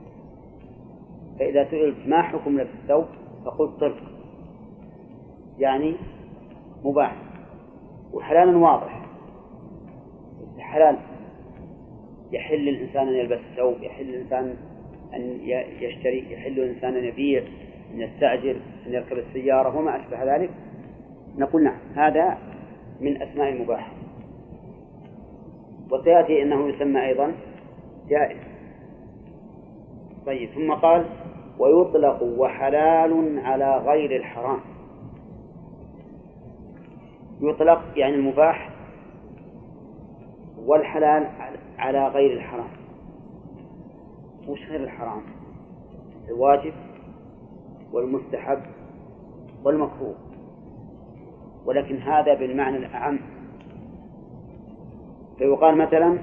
[SPEAKER 1] فإذا سئلت ما حكم لبس الثوب فقلت طلق، يعني مباح. وحلالا واضح، حلال يحل الإنسان أن يلبس الثوب، يحل الإنسان أن يشتري، يحل الإنسان أن يبيع، أن يستأجر، أن يركب السيارة وما أشبه ذلك. نقول نعم هذا من أسماء المباح. وسيأتي أنه يسمى أيضا جائز. طيب، ثم قال ويطلق وحلال على غير الحرام. يطلق يعني المباح، والحلال على غير الحرام. وش غير الحرام؟ الواجب والمستحب والمكروه، ولكن هذا بالمعنى الأعم. فيقال مثلا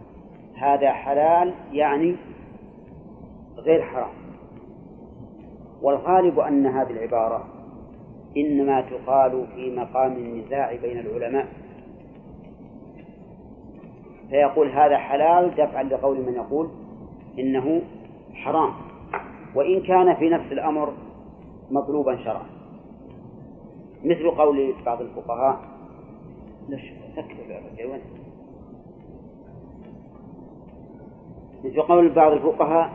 [SPEAKER 1] هذا حلال يعني غير حرام، والغالب أن هذه العبارة إنما تقال في مقام النزاع بين العلماء، فيقول هذا حلال دفعا لقول من يقول إنه حرام، وإن كان في نفس الأمر مطلوبا شرعا، مثل قول بعض الفقهاء مثل قول بعض الفقهاء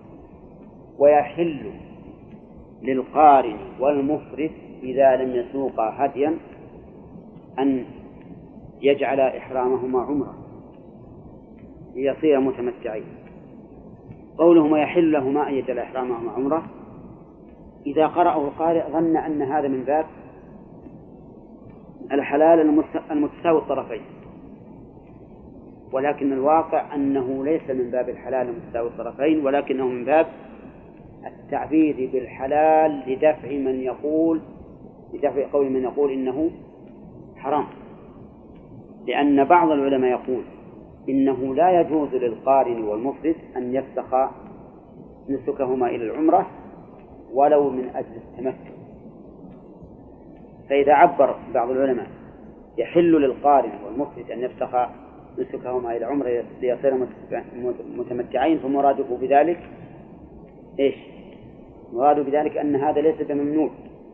[SPEAKER 1] ويحل للقارن والمفرد إذا لم يسوقا هديا أن يجعل إحرامهما عمرة ليصير متمتعين. قولهما يحل لهما أن يجعل إحرامهما عمرة إذا قرأه القارئ ظن أن هذا من باب الحلال المتساوي الطرفين، ولكن الواقع أنه ليس من باب الحلال المتساوي الطرفين، ولكنه من باب التعبير بالحلال لدفع من يقول لدفع قول من يقول إنه حرام. لأن بعض العلماء يقول إنه لا يجوز للقارن والمفرد أن يفسخ نسكهما إلى العمرة ولو من أجل التمتع. فإذا عبر بعض العلماء يحل للقارن والمفرد أن يفسخ نسكهما إلى العمرة ليصير متمتعين، فمراده بذلك إيش؟ مراده بذلك أن هذا ليس بممنوع.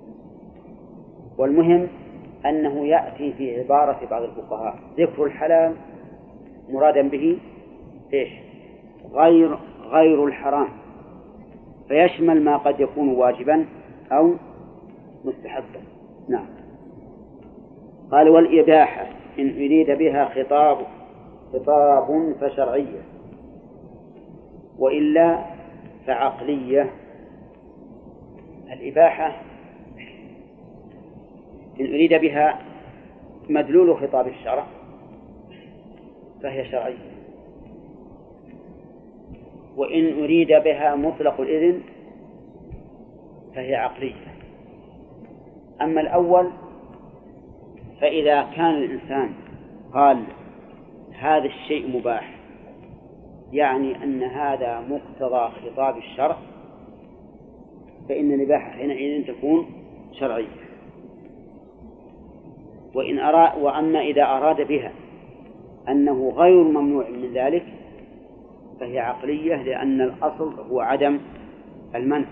[SPEAKER 1] والمهم أنه يأتي في عبارة بعض الفقهاء ذكر الحلال مرادا به إيش؟ غير غير الحرام، فيشمل ما قد يكون واجبا أو مستحبا. نعم. قال والإباحة إن أريد بها خطاب خطاب فشرعية، وإلا فعقلية. الإباحة إن أريد بها مدلول خطاب الشرع فهي شرعية، وإن أريد بها مطلق الإذن فهي عقلية. أما الأول فإذا كان الإنسان قال هذا الشيء مباح، يعني أن هذا مقتضى خطاب الشرع، فإن الإباحة حينئذ تكون شرعية. وإن أراد وأما إذا أراد بها أنه غير ممنوع من ذلك فهي عقلية، لأن الأصل هو عدم المنع.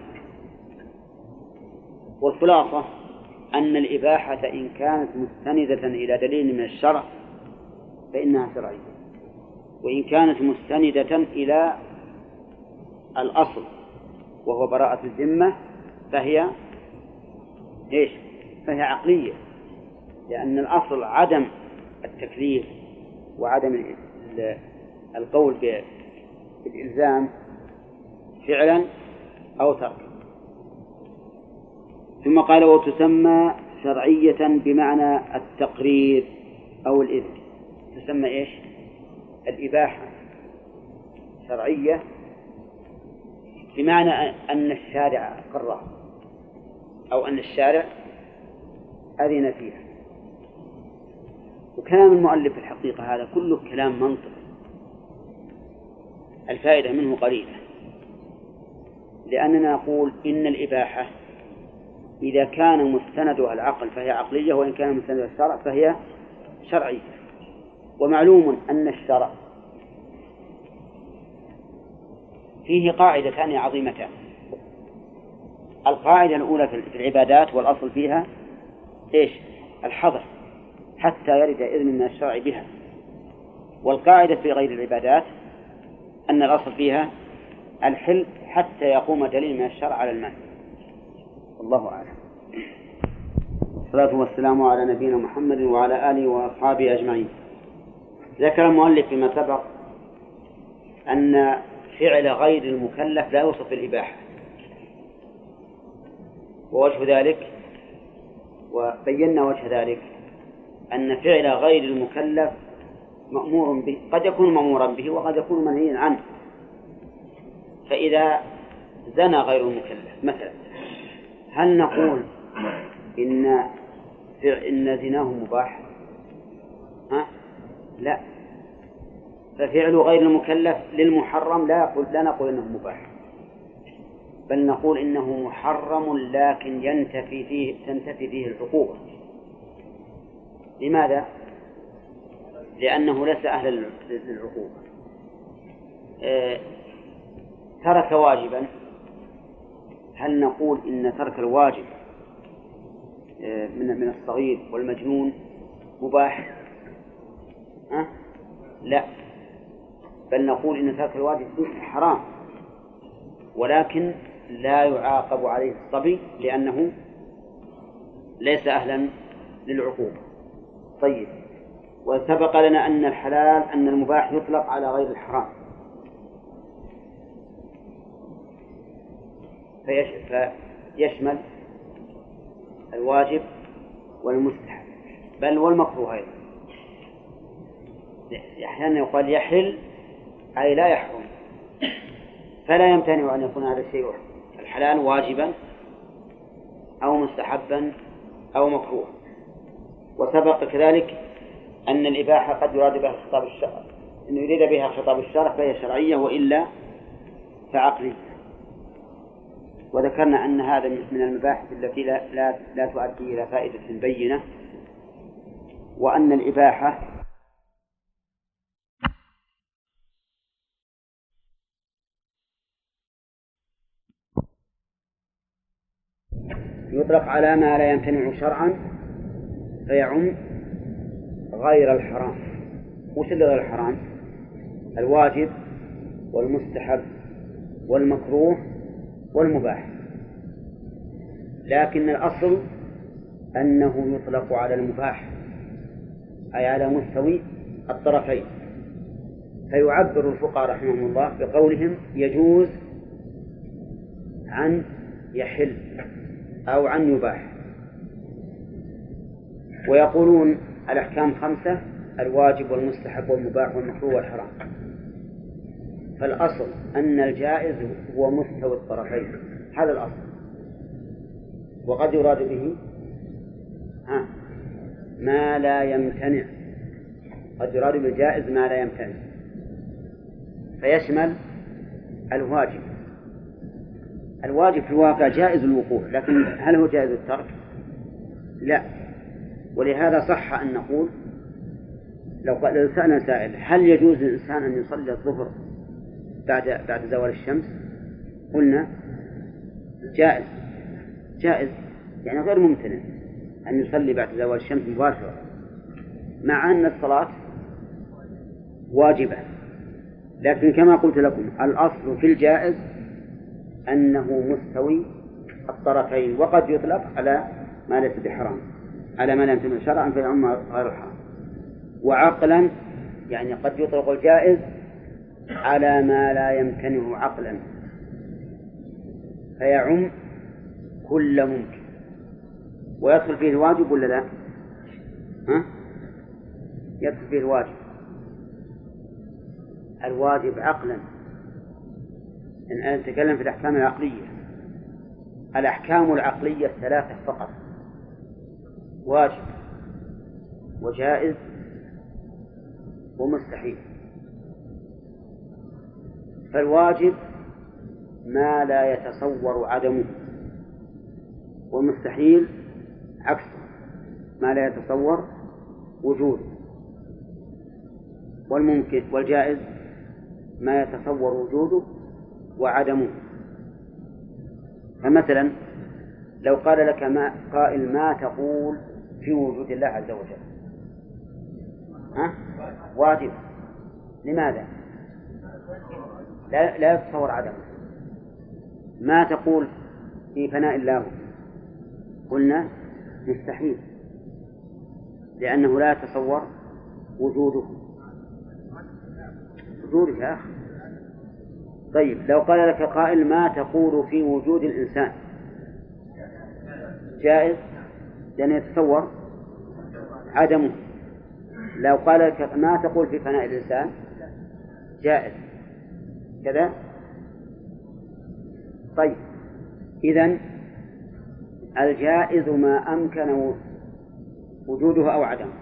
[SPEAKER 1] والخلاصة أن الإباحة إن كانت مستندة إلى دليل من الشرع فإنها شرعية، وإن كانت مستندة إلى الأصل وهو براءة الذمة فهي إيش؟ فهي عقلية، لأن الأصل عدم التكليف وعدم القول بالإلزام فعلا أو تركا. ثم قال وتسمى شرعية بمعنى التقرير أو الإذن. تسمى إيش؟ الإباحة شرعية بمعنى أن الشارع قرر أو أن الشارع أذن فيها. وكلام المؤلف في الحقيقة هذا كله كلام منطقي، الفائدة منه قليلة، لأننا نقول إن الإباحة إذا كان مستندها العقل فهي عقلية، وإن كان مستندها الشرع فهي شرعية. ومعلوم أن الشرع فيه قاعدتان عظيمتان. القاعدة الأولى في العبادات والأصل فيها إيش؟ الحظر حتى يرد إذن من الشرع بها. والقاعدة في غير العبادات أن الأصل فيها الحل حتى يقوم دليل من الشرع على المنع. الله أعلم. والصلاة والسلام على نبينا محمد وعلى آله وأصحابه أجمعين. ذكر المؤلف فيما سبق أن فعل غير المكلف لا يوصف بالإباحة، ووجه ذلك وبينا وجه ذلك أن فعل غير المكلف مأمور به، قد يكون مأمورا به وقد يكون منهيا عنه. فإذا زنى غير المكلف مثلا، هل نقول إن إن زناه مباح؟ ها؟ لا. ففعل غير المكلف للمحرم لا يقول لا نقول إنه مباح، بل نقول إنه محرم لكن ينتفي فيه تنتفي فيه العقوبة. لماذا؟ لأنه ليس أهلا للعقوبة. آه ترك واجبا، هل نقول إن ترك الواجب آه من من الصغير والمجنون مباح؟ أه؟ لا، بل نقول إن ترك الواجب حرام، ولكن لا يعاقب عليه الصبي لأنه ليس أهلا للعقوبة. طيب، وسبق لنا أن الحلال أن المباح يطلق على غير الحرام، فيش فيشمل الواجب والمستحب بل والمكروه أيضا. أحيانا يقال يحل أي لا يحرم، فلا يمتنع أن يكون هذا الشيء الحلال واجبا أو مستحبا أو مكروه. وسبق كذلك أن الإباحة قد يراد بها خطاب الشرع، إنه يريد بها خطاب الشرع فهي شرعية وإلا فعقلية. وذكرنا أن هذا من المباحث التي لا, لا, لا تؤدي إلى فائدة بينة، وأن الإباحة يطلق على ما لا يمتنع شرعا فيعم غير الحرام. وش اللي غير الحرام؟ الواجب والمستحب والمكروه والمباح. لكن الأصل أنه يطلق على المباح أي على مستوي الطرفين. فيعبر الفقهاء رحمهم الله بقولهم يجوز عن يحل أو عن يباح. ويقولون الأحكام خمسة: الواجب والمستحب والمباح والمكروه والحرام. فالأصل أن الجائز هو مستوى الطرفين، هذا الأصل. وقد يراد به ها ما لا يمتنع، قد يراد بالجائز ما لا يمتنع، فيشمل الواجب. الواجب في الواقع جائز الوقوع، لكن هل هو جائز الترك؟ لا. ولهذا صح أن نقول لو سألنا سائل هل يجوز للإنسان أن يصلي الظهر بعد بعد زوال الشمس؟ قلنا جائز جائز يعني غير ممتنع أن يصلي بعد زوال الشمس مباشرة، مع أن الصلاة واجبة. لكن كما قلت لكم الأصل في الجائز أنه مستوي الطرفين، وقد يطلق على ما ليس بحرام، على ما لا يمتنع شرعا فيعم غير الحرام. وعقلا يعني قد يطلق الجائز على ما لا يمتنع عقلا فيعم كل ممكن. ويدخل فيه الواجب ولا لا؟ ها؟ يدخل فيه الواجب الواجب عقلا. أنا أتكلم في الأحكام العقلية. الأحكام العقلية الثلاثة فقط: واجب وجائز ومستحيل. فالواجب ما لا يتصور عدمه، والمستحيل عكسه ما لا يتصور وجوده، والممكن والجائز ما يتصور وجوده وعدمه. فمثلا لو قال لك ما قائل ما تقول في وجود الله عز وجل؟ ها؟ واجب. لماذا؟ لا, لا يتصور عدمه. ما تقول في فناء الله؟ قلنا مستحيل لأنه لا يتصور وجوده وجوده يا أخي. طيب لو قال لك قائل ما تقول في وجود الإنسان؟ جائز لأن يتصور عدمه. لو قال لك ما تقول في فناء الإنسان؟ جائز كذا. طيب إذن الجائز ما أمكن وجوده أو عدمه،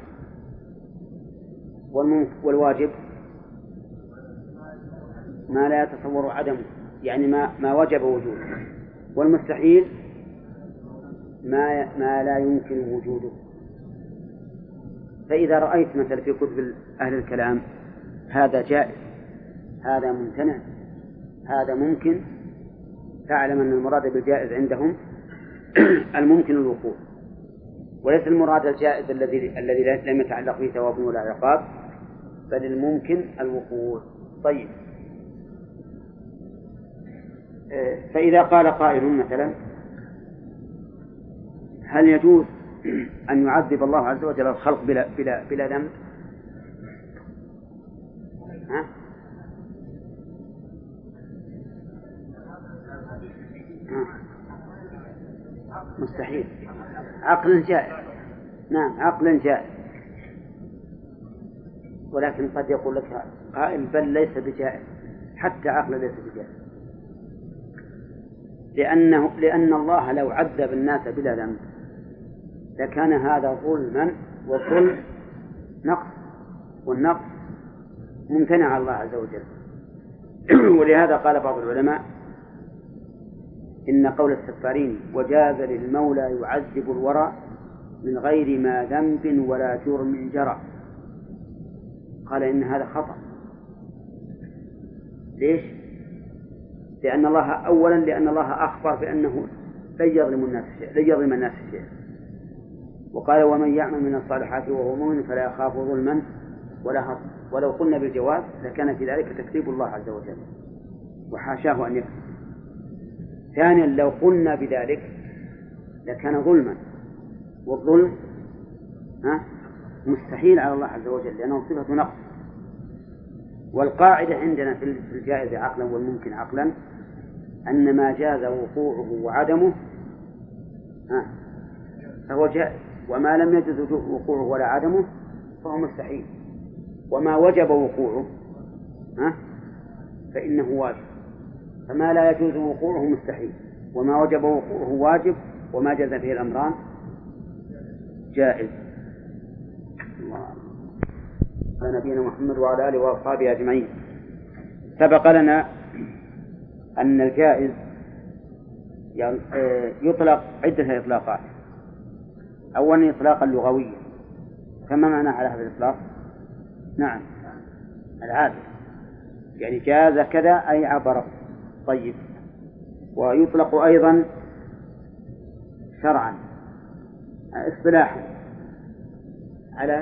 [SPEAKER 1] والواجب ما لا يتصور عدمه يعني ما, ما وجب وجوده. والمستحيل ما ما لا يمكن وجوده. فإذا رأيت مثلا في كتب أهل الكلام هذا جائز، هذا ممتنع، هذا ممكن، تعلم أن المراد بالجائز عندهم الممكن الوقوع، وليس المراد الجائز الذي الذي لم يتعلق به ثواب ولا عقاب، بل الممكن الوقوع. طيب، فإذا قال قائل مثلا هل يجوز أن يعذب الله عز وجل الخلق بلا, بلا, بلا ذنب؟ ها؟ ها؟ مستحيل، عقل جائز. نعم، عقل جائز، ولكن قد يقول لك قائل بل ليس بجائز، حتى عقل ليس بجائز، لأنه لأن الله لو عذب الناس بلا ذنب لكان هذا ظلما، والظلم نقص، والنقص ممتنع على الله عز وجل. ولهذا قال بعض العلماء إن قول السفارين وجاز للمولى يعذب الورى من غير ما ذنب ولا جرم جرى، قال إن هذا خطأ. ليش؟ لأن الله أولا لأن الله أخبر بأنه لن يظلم الناس شيئا، لن يظلم الناس شيئا، وقال ومن يعمل من الصالحات وهو مؤمن فلا يخاف ظلما ولا هضما. ولو قلنا بالجواز لكان في ذلك تكذيب الله عز وجل، وحاشاه أن يكذب. ثانيا لو قلنا بذلك لكان ظلما، والظلم ها مستحيل على الله عز وجل لأنه صفة نقص. والقاعدة عندنا في الجائز عقلا والممكن عقلا أن ما جاز وقوعه وعدمه ها فهو جائز، وما لم يجز وقوعه ولا عدمه فهو مستحيل، وما وجب وقوعه ها فإنه واجب. فما لا يجوز وقوعه مستحيل، وما وجب وقوعه واجب، وما جاز فيه الأمران جائز. على نبينا محمد وعلى آله وأصحابه أجمعين. سبق لنا أن الجائز يطلق عدة إطلاقات. أولا إطلاقا لغويا، فما معنى على هذا الإطلاق؟ نعم، العادة، يعني جاز كذا أي عبر. طيب، ويطلق أيضا شرعا اصطلاحا على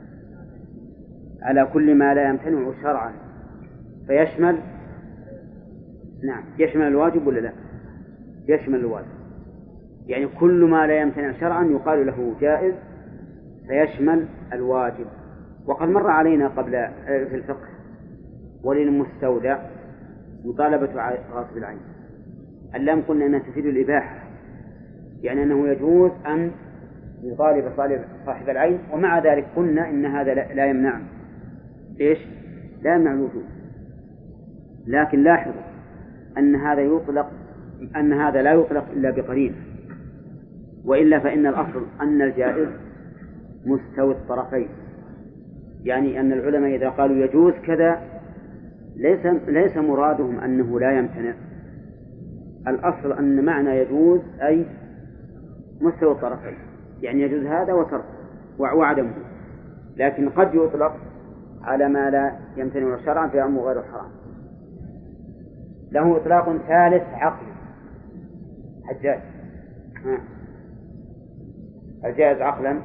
[SPEAKER 1] على كل ما لا يمتنع شرعا، فيشمل نعم يشمل الواجب ولا لا؟ يشمل الواجب، يعني كل ما لا يمتنع شرعا يقال له جائز، فيشمل الواجب. وقد مر علينا قبل في الفقه وللمستودع مطالبة غاصب العين. اللام قلنا أنها تفيد الإباحة، يعني أنه يجوز أن يطالب صاحب العين، ومع ذلك قلنا إن هذا لا يمنع إيش؟ لا يمنع الوجود. لكن لاحظوا أن هذا يطلق أن هذا لا يطلق إلا بقرينة، وإلا فإن الأصل أن الجائز مستوي الطرفين، يعني أن العلماء إذا قالوا يجوز كذا ليس ليس مرادهم أنه لا يمتنع، الأصل أن معنى يجوز أي مستوى الطرفين، يعني يجوز هذا وترك وعدمه. لكن قد يطلق على ما لا يمتنع شرعا في أمر غير حرام. له إطلاق ثالث عقلي. حجاج ها. الجائز عقلا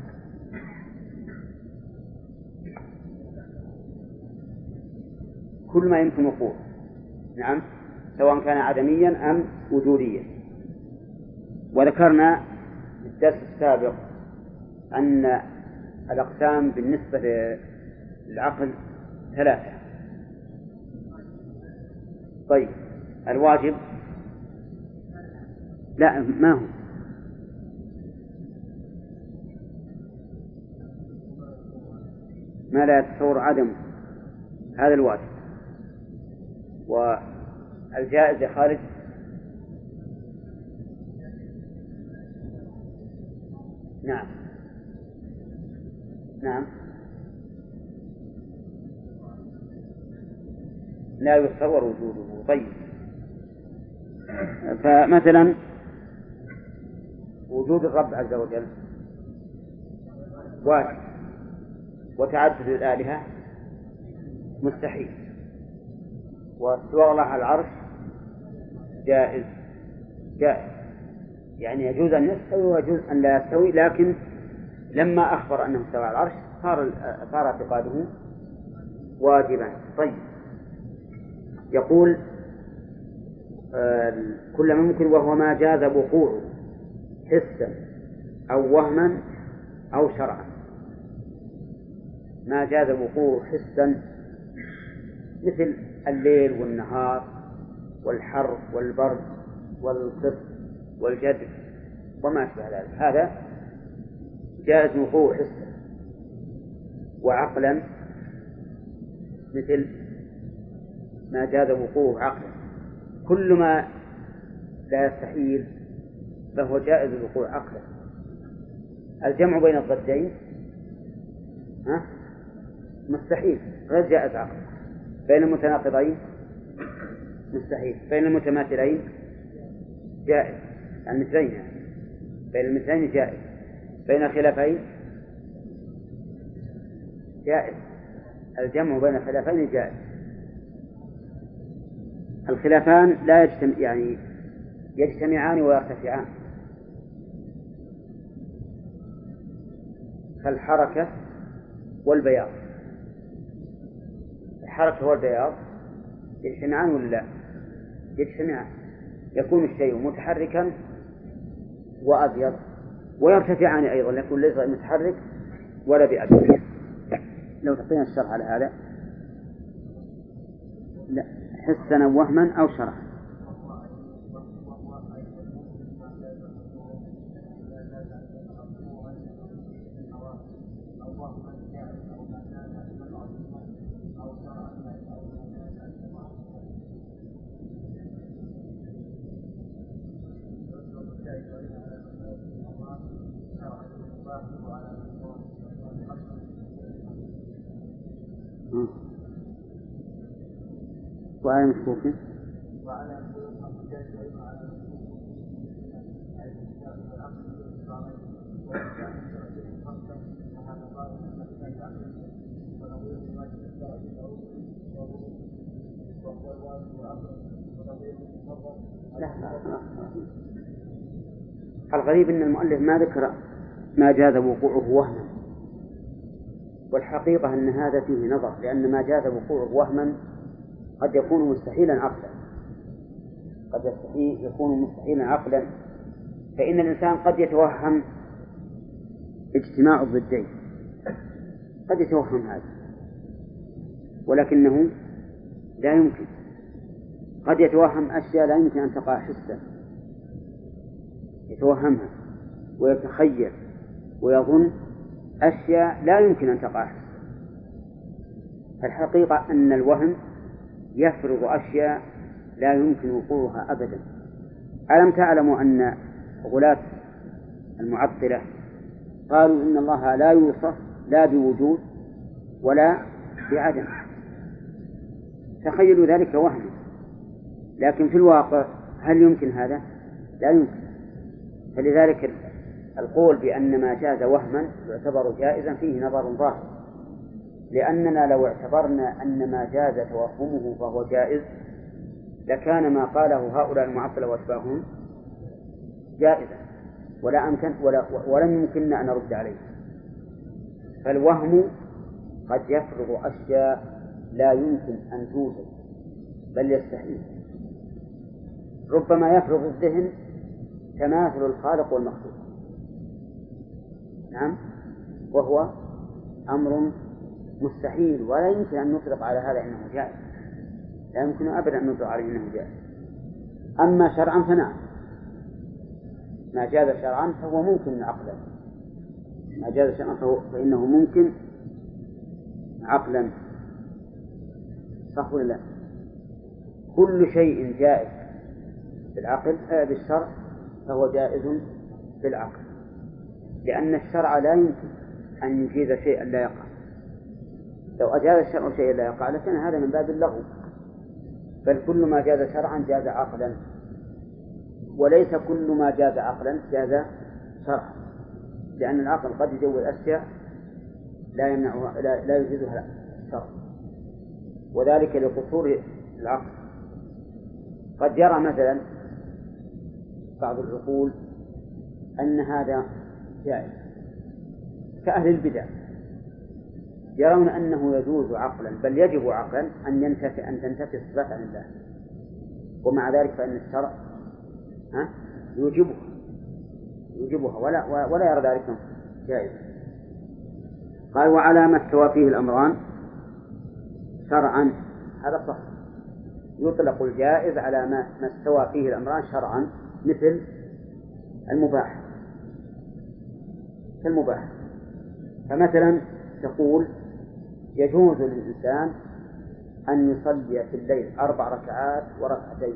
[SPEAKER 1] كل ما يمكن وقوعه، نعم، سواء كان عدميا أم وجوديا. وذكرنا في الدرس السابق أن الأقسام بالنسبة للعقل ثلاثة. طيب، الواجب لا ما هو ما لا يتصور عدمه، هذا الواجب. والجائز يا خالد نعم نعم لا يتصور وجوده. طيب، فمثلا وجود الرب عز وجل واجب، وتعدد الآلهة مستحيل، واستواء الله على العرش جائز جائز، يعني يجوز أن يستوي ويجوز أن لا يستوي، لكن لما أخبر أنه استوى على العرش صار صار اعتقاده واجبا. طيب، يقول آه كل ما ممكن وهو ما جاز وقوعه حسا أو وهما أو شرعا. ما جاز وقوعه حسا مثل الليل والنهار والحر والبرد والقط والجدب وما أشبه ذلك، هذا جاز وقوعه حسا. وعقلا مثل ما جاز وقوعه عقلا، كل ما لا يستحيل فهو جائز الوقوع عقلا. الجمع بين الضدين ها مستحيل غير جائز عقلا، بين المتناقضين مستحيل، بين المتماثلين جائز، المثلين يعني بين المثلين جائز، بين الخلافين جائز، الجمع بين الخلافين جائز. الخلافان لا يجتمع يعني يجتمعان ويرتفعان، كالحركة والبياض. الحركة والبياض يجتمعان ولا لا؟ يجتمعان، يكون الشيء متحركا وأبيض، ويرتفعان أيضا، يكون ليس متحرك ولا بأبيض. لو تعطينا الشرح على هذا. لا، حسا أو وهما أو شرعا. وعلى مشكوك الغريب أن المؤلف ما ذكر ما جاز وقوعه وهما، والحقيقة أن هذا فيه نظر، لأن ما جاز وقوعه وهما قد يكون مستحيلا عقلا، قد يستحيل يكون مستحيلا عقلا، فإن الإنسان قد يتوهم اجتماع الضدين، قد يتوهم هذا، ولكنه لا يمكن. قد يتوهم أشياء لا يمكن أن تقع حسا، يتوهمها ويتخيل ويظن أشياء لا يمكن أن تقع حسا. الحقيقة أن الوهم يفرض أشياء لا يمكن وقوعها أبدا. ألم تعلموا أن غلاة المعطلة قالوا إن الله لا يوصف لا بوجود ولا بعدم، تخيلوا ذلك وهما، لكن في الواقع هل يمكن هذا؟ لا يمكن. فلذلك القول بأن ما جاز وهما يعتبر جائزا فيه نظر ظاهر، لأننا لو اعتبرنا أن ما جاز توهمه فهو جائز لكان ما قاله هؤلاء المعطلة وأشباههم جائزا، ولا أمكن ولا ولم يمكننا أن نرد عليه. فالوهم قد يفرض أشياء لا يمكن أن توجد بل يستحيل. ربما يفرض الذهن تماثل الخالق والمخلوق، نعم، وهو أمر مستحيل ولا يمكن أن نطلق على هذا إنه جائز، لا يمكن أبدا أن نطلق عليه إنه جائز. أما شرعا فنعم، ما جاز شرعا فهو ممكن عقلا، ما جاز شرعا فهو فإنه ممكن عقلا، صح ولا لا؟ كل شيء جائز بالعقل آه بالشرع فهو جائز بالعقل، لأن الشرع لا يمكن أن يجيز شيئا لا يقع. لو أجاز الشرع شيئا لا يقع لكان هذا من باب اللغو، بل كل ما جاز شرعا جاز عقلا، وليس كل ما جاز عقلا جاز شرعا، لأن العقل قد يجوز أشياء لا يمنعها لا, لا يجوزها الشرع، وذلك لقصور العقل. قد يرى مثلا بعض العقول أن هذا جائز، كأهل البدع يرون أنه يجوز عقلا بل يجب عقلا أن ينتفي أن تنتفي الصفات عن الله، ومع ذلك فإن الشرع ها يوجبها يوجبها ولا ولا يرى ذلك جائزا. قال وعلى ما استوى فيه الأمران شرعا، هذا صح، يطلق الجائز على ما ما استوى فيه الأمران شرعا، مثل المباح كالمباح. فمثلا تقول يجوز للإنسان أن يصلي في الليل أربع ركعات وركعتين،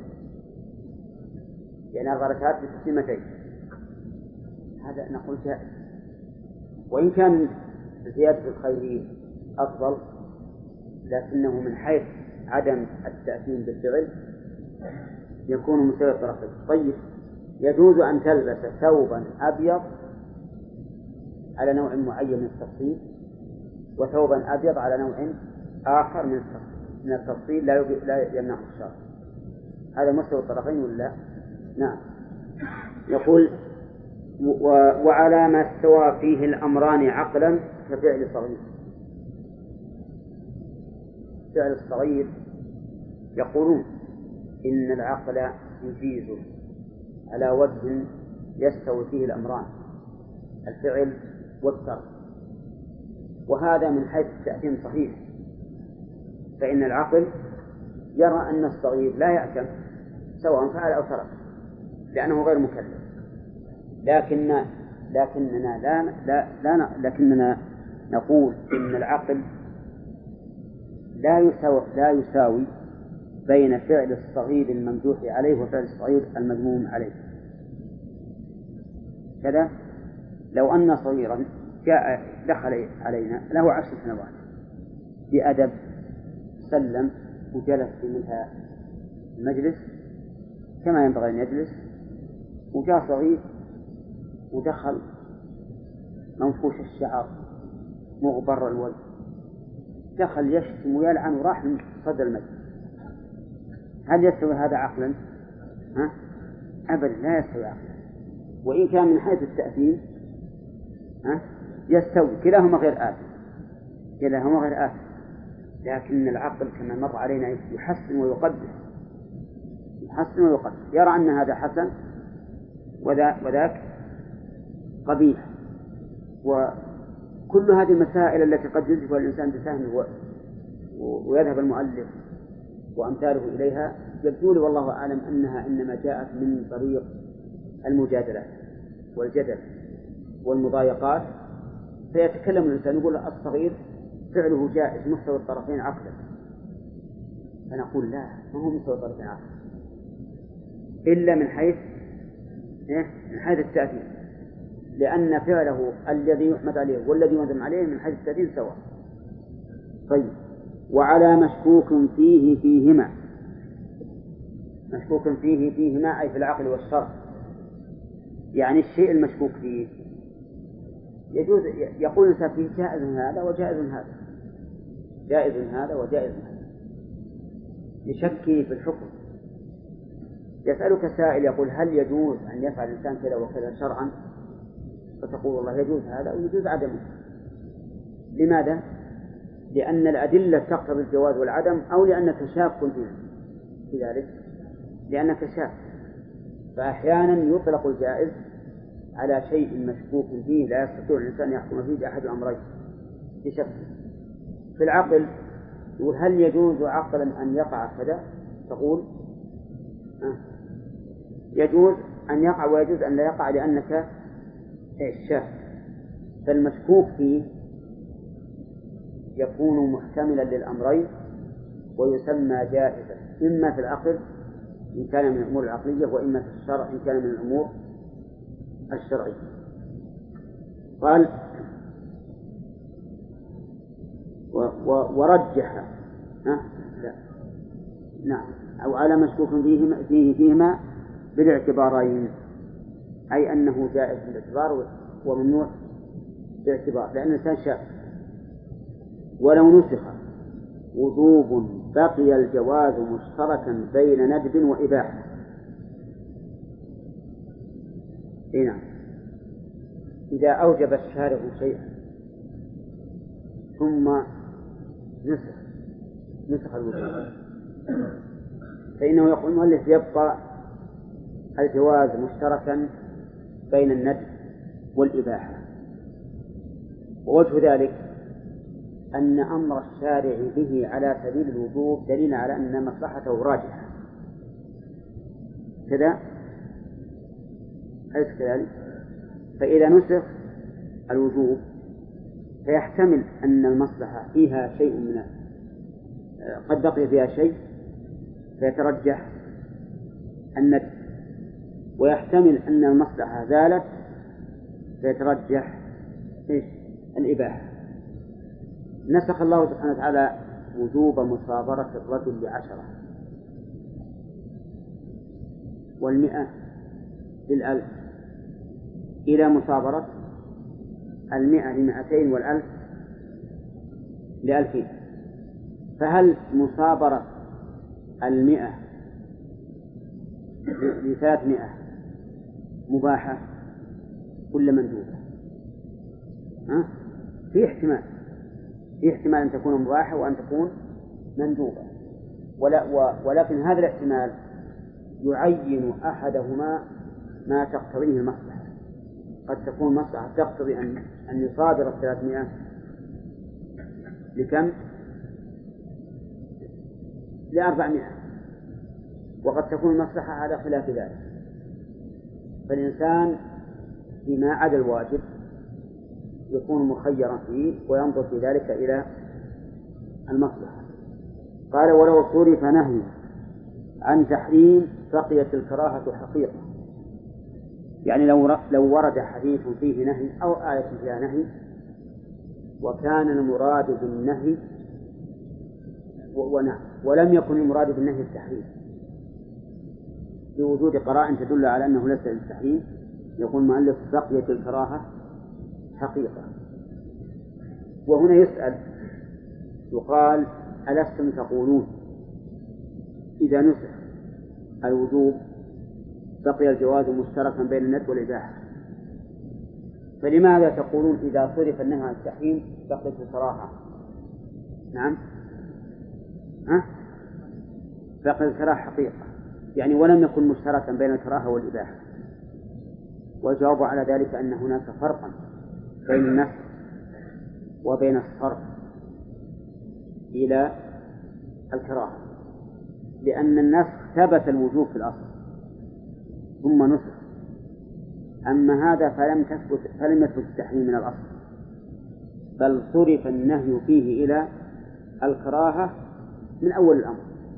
[SPEAKER 1] يعني أربع ركعات بتسليمتين، هذا نقول جائز. وإن كان زيادة الخير أفضل، لكنه من حيث عدم التأثيم بالفعل يكون مساوي الطرفين. طيب يجوز أن تلبس ثوبا أبيض على نوع معين من التفصيل، وثوبا أبيض على نوع آخر من التفصيل لا لا يمنع الشرع، هذا مستوى الطرفين ولا؟ نعم. يقول وعلى ما استوى فيه الأمران عقلا كفعل صغير. فعل الصغير يقولون إن العقل يجيز على وجه يستوي فيه الأمران، الفعل والترك، وهذا من حيث التأثيم صحيح، فإن العقل يرى أن الصغير لا يأثم سواء فعل أو ترك لأنه غير مكلف، لكن لكننا لا, لا, لا لكننا نقول إن العقل لا يساوي لا يساوي بين فعل الصغير الممدوح عليه وفعل الصغير المذموم عليه. كذا لو أن صغيرا جاء دخل علينا له عشر سنوات بأدب سلم وجلس في منها المجلس كما ينبغي أن يجلس، وجاء صغير ودخل منفوش الشعر مغبر الوجه، دخل يشتم ويلعن وراح من صدر المجلس، هل يستوي هذا عقلا؟ ها؟ أبدا لا يستوي عقلا. وإن كان من حيث التأثيم ها؟ يستوي، كلاهما غير آثم كلاهما غير آثم لكن العقل كما مر علينا يحسن ويقدس، يحسن ويقدس، يرى أن هذا حسن وذاك قبيح. وكل هذه المسائل التي قد يجب الإنسان بفهمه ويذهب المؤلف وأمثاله إليها يبدو لي والله أعلم أنها إنما جاءت من طريق المجادلة والجدل والمضايقات، فيتكلم الإنسان يقول الصغير فعله جائز مستوى الطرفين عقلا، فنقول لا، ما هو مستوى الطرفين عقلا إلا من حيث إيه؟ من حيث التأثير، لأن فعله الذي يحمد عليه والذي يندم عليه من حيث التأثير سواء. طيب وعلى مشكوك فيه فيهما، مشكوك فيه فيهما أي في العقل والشرع، يعني الشيء المشكوك فيه يجوز يقول الإنسان فيه جائز هذا وجائز هذا، جائز هذا وجائز هذا، يشكي في الحكم. يسألك سائل يقول هل يجوز أن يفعل الإنسان كذا وكذا شرعا؟ فتقول والله يجوز هذا ويجوز عدمه. لماذا؟ لأن الأدلة تقتضي الجواز والعدم، أو لأنك شاك في ذلك، لأنك شاك. فأحيانا يطلق الجائز على شيء مشكوك فيه لا يستطيع الإنسان يحكم فيه بأحد الأمرين بشك. في العقل يقول هل يجوز عقلا أن يقع كذا؟ تقول آه. يجوز أن يقع ويجوز أن لا يقع لأنك شاك. فالمشكوك فيه يكون محتملا للأمرين ويسمى جائزا، إما في العقل إن كان من الأمور العقلية، وإما في الشرع إن كان من الأمور الشرعية. قال و و ورجح ها؟ لا. نعم أو على مشكوك فيهما فيه فيهما بالاعتبارين، أي أنه جائز بالاعتبار وممنوع باعتبار، لأن الإنسان شاذ. ولو نسخ وجوب بقي الجواز مشتركا بين ندب وإباحة. هنا إذا أوجب الشارع شيئا ثم نسخ نسخ الوجوب، فإنه يقول المؤلف يبقى الجواز مشتركا بين الندب والإباحة. ووجه ذلك أن أمر الشارع به على سبيل الوجوب دليل على أن مصلحته راجحة كذا، أليس كذلك؟ فإذا نسخ الوجوب فيحتمل أن المصلحة فيها شيء من قد بقي فيها شيء فيترجح الندب، ويحتمل أن المصلحة زالت فيترجح إيش؟ الإباحة. نسخ الله سبحانه وتعالى وجوب مصابرة الرجل لعشرة والمئة للألف إلى مصابرة المئة لمئتين والألف لألفين. فهل مصابرة المئة لثلاثمائة مباحة كل مندوبة؟ ها؟ في احتمال في احتمال أن تكون مباحة وأن تكون مندوبة، ولا ولكن هذا الاحتمال يعين أحدهما ما تقتضيه المصلحة. قد تكون مصلحة تقتضي أن أن يصادر الثلاثمائة لكم؟ لأربعمائة، وقد تكون المصلحة على خلاف ذلك. فالإنسان فيما عدا الواجب يكون مخيرا فيه وينظر في ذلك إلى المصلحة. قال ولو صرف نهي عن تحريم بقيت الكراهة حقيقة. يعني لو لو ورد حديث فيه نهي أو آية فيها نهي وكان المراد بالنهي ونعم ولم يكن المراد بالنهي التحريم بوجود قرائن تدل على أنه ليس للتحريم، يقول المؤلف بقيت الكراهة حقيقة. وهنا يسأل يقال ألستم تقولون إذا نسخ الوجوب بقي الجواز مشتركا بين الندب والإباحة، فلماذا تقولون إذا صرف النهي عن التحريم بقيت الكراهة؟ نعم ها؟ بقي الكراهة حقيقة، يعني ولم يكن مشتركا بين الكراهة والإباحة. والجواب على ذلك أن هناك فرقا بين النسخ وبين الصرف إلى الكراهة، لأن النسخ ثبت الوجوب في الأصل ثم نسخ، أما هذا فلم تثبت فلم يثبت التحريم من الأصل، بل صرف النهي فيه إلى الكراهة من أول الأمر.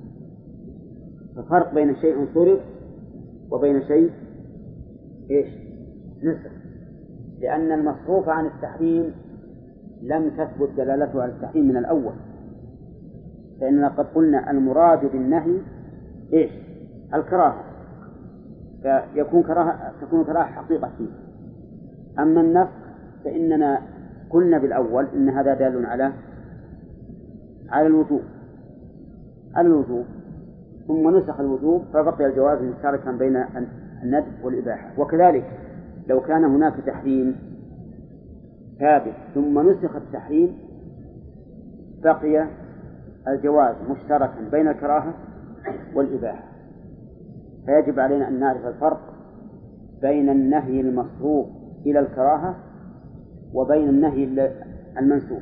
[SPEAKER 1] ففرق بين شيء صرف وبين شيء إيش؟ نسخ، لأن المصروف عن التحريم لم تثبت دلالته على التحريم من الأول، فإننا قد قلنا المراد بالنهي إيش؟ الكراهة، فيكون كراهة تكون كراهة حقيقة فيه. أما النسخ فإننا قلنا بالأول إن هذا دال على على الوجوب على الوجوب ثم نسخ الوجوب فبقي الجواز مشتركا بين الندب والإباحة. وكذلك لو كان هناك تحريم ثابت ثم نسخ التحريم بقي الجواز مشتركا بين الكراهة والإباحة. فيجب علينا أن نعرف الفرق بين النهي المصروف إلى الكراهة وبين النهي المنسوخ،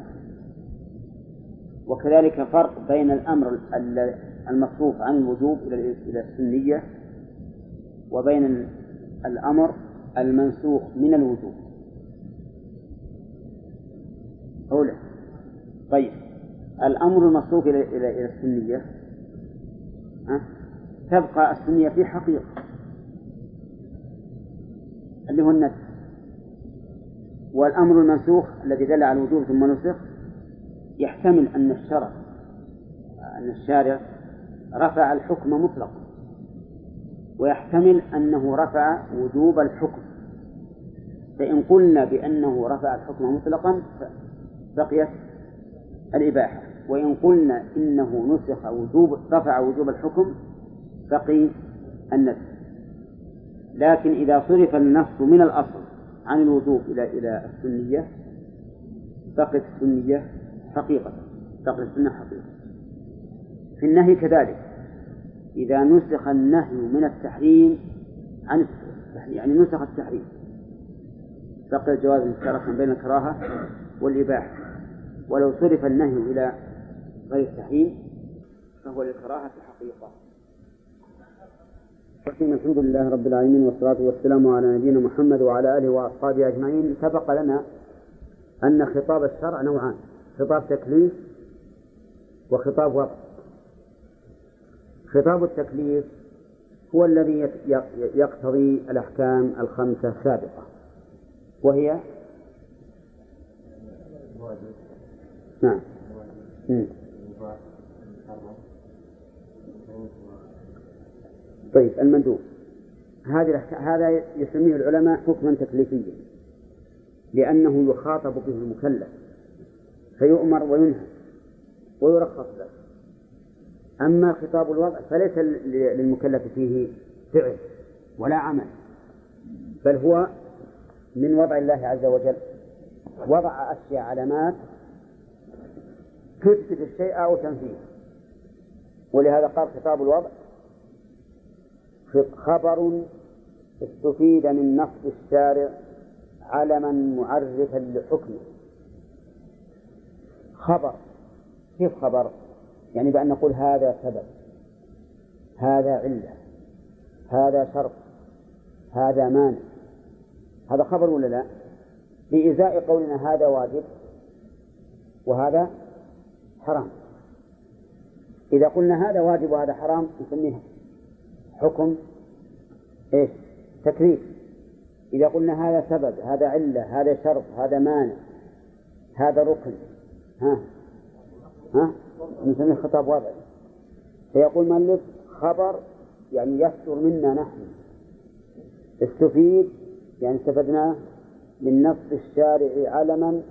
[SPEAKER 1] وكذلك فرق بين الأمر المصروف عن الوجوب إلى السنية وبين الأمر المنسوخ من الوجوب. أولا طيب الأمر المصروف إلى إلى إلى السنية أه؟ تبقى السنية في حقيقة اللي هو الندب، والأمر المنسوخ الذي دل على الوجوب ثم نسخ يحتمل أن الشرع أن الشارع رفع الحكم مطلقا ويحتمل أنه رفع وجوب الحكم، فإن قلنا بأنه رفع الحكم مطلقا بقيت الإباحة، وإن قلنا إنه نسخ وجوب رفع وجوب الحكم بقي النسخ. لكن إذا صرف النص من الأصل عن الوجوب إلى إلى السنية بقيت السنية حقيقة، بقيت السنة حقيقة. في النهي كذلك، إذا نسخ النهي من التحريم عن التحريم، يعني نسخ التحريم بقي الجواز مشتركا بين الكراهة والإباحة. ولو صرف النهي إلى غير التحريم فهو للكراهة حقيقة. الحمد لله رب العالمين، والصلاة والسلام على نبينا محمد وعلى آله وأصحابه أجمعين. سبق لنا أن خطاب الشرع نوعان: خطاب تكليف وخطاب وضع. خطاب التكليف هو الذي يقتضي الأحكام الخمسة السابقة، وهي نعم طيب المندوب. هذا هذا يسميه العلماء حكما تكليفيا، لأنه يخاطب به المكلف فيؤمر وينهى ويرخص له. أما خطاب الوضع فليس للمكلف فيه فعل ولا عمل، بل هو من وضع الله عز وجل، وضع أشياء علامات تثبت الشيء أو تنفيه. ولهذا قال خطاب الوضع خبر استفيد من نص الشارع علما معرفا لحكمه. خبر، كيف خبر؟ يعني بأن نقول هذا سبب، هذا علة، هذا شرط، هذا مانع. هذا خبر ولا لا؟ بإزاء قولنا هذا واجب وهذا حرام. إذا قلنا هذا واجب وهذا حرام نسميه حكم إيش؟ تكليف. إذا قلنا هذا سبب، هذا علة، هذا شرط، هذا مانع، هذا ركن، ها ها نسميه خطاب وضعي. فيقول مؤلف خبر يعني يصدر منا نحن، استفيد يعني استفدناه من نص الشارع علما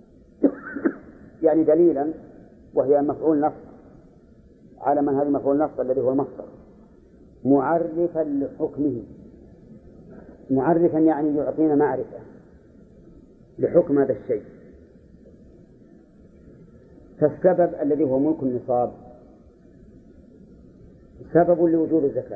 [SPEAKER 1] يعني دليلا، وهي مفعول نص. علما هذا مفعول نص الذي هو المصدر، معرفا لحكمه. معرفا يعني يعطينا معرفة لحكم هذا الشيء. فالسبب الذي هو ملك النصاب سبب لوجوب الزكاة.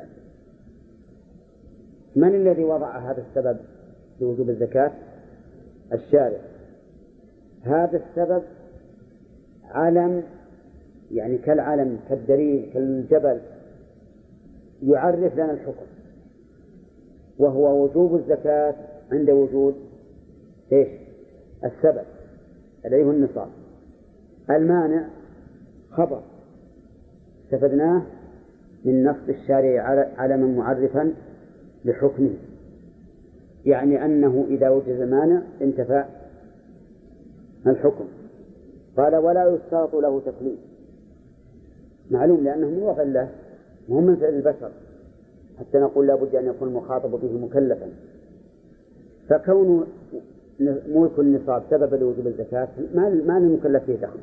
[SPEAKER 1] من الذي وضع هذا السبب لوجوب الزكاة؟ الشارع. هذا السبب علم يعني كالعلم، كالدليل، كالجبل، يعرف لنا الحكم، وهو وجوب الزكاة عند وجود إيش؟ السبب الذي هو النصاب. المانع خبر استفدناه من نص الشارع علما معرفا لحكمه، يعني أنه إذا وجد مانع انتفى الحكم. قال ولا يشترط له تكليف. معلوم لأنه من وضع الله وهم من فعل البشر، حتى نقول لا بد أن يكون المخاطب به مكلفا. فكون ملك النصاب سبب لوجوب الزكاة ما المكلف فيه دخل.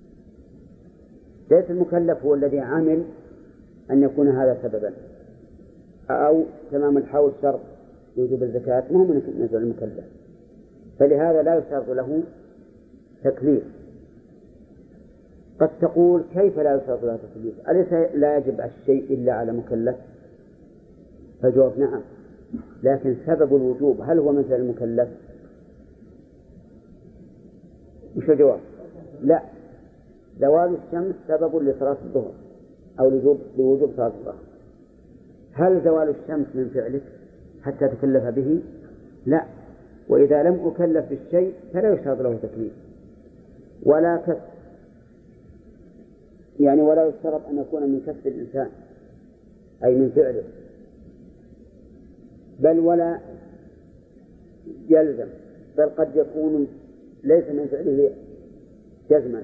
[SPEAKER 1] ليس المكلف هو الذي عمل أن يكون هذا سببا، أو تمام الحول شرط لوجوب الزكاة، ما هو من نزل المكلف. فلهذا لا يشترط له تكليف. قد تقول كيف لا يشترط له تكليف؟ أليس لا يجب الشيء إلا على مكلف؟ فجواب نعم، لكن سبب الوجوب هل هو مثل المكلف؟ مش الجواب لا. زوال الشمس سبب لصلاة الظهر أو لوجوب صلاة الظهر. هل زوال الشمس من فعلك حتى تكلف به؟ لا. وإذا لم أكلف بالشيء فلا يشترط له تكليف ولا كسب، يعني ولا يشترط أن يكون من كسب الإنسان أي من فعله، بل ولا يلزم، بل قد يكون ليس من فعله جزما.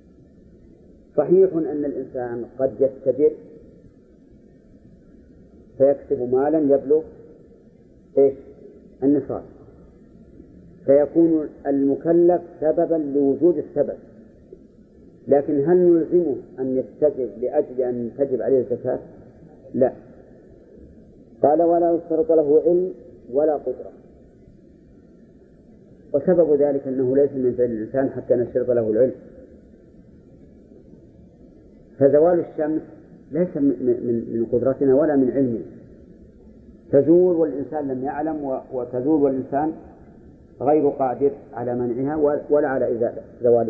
[SPEAKER 1] صحيح أن الإنسان قد يستدر فيكسب مالا يبلغ إيش؟ النصاب، فيكون المكلف سببا لوجود السبب. لكن هل نلزمه أن يستجب لأجل أن تجب عليه الزكاة؟ لا. قال ولا يشترط له علم ولا قدرة، وسبب ذلك أنه ليس من فعل الإنسان حتى نشترط له العلم. فزوال الشمس ليس من من قدرتنا ولا من علمنا، تزول والإنسان لم يعلم، وتزول والإنسان غير قادر على منعها ولا على إزالة زوالها.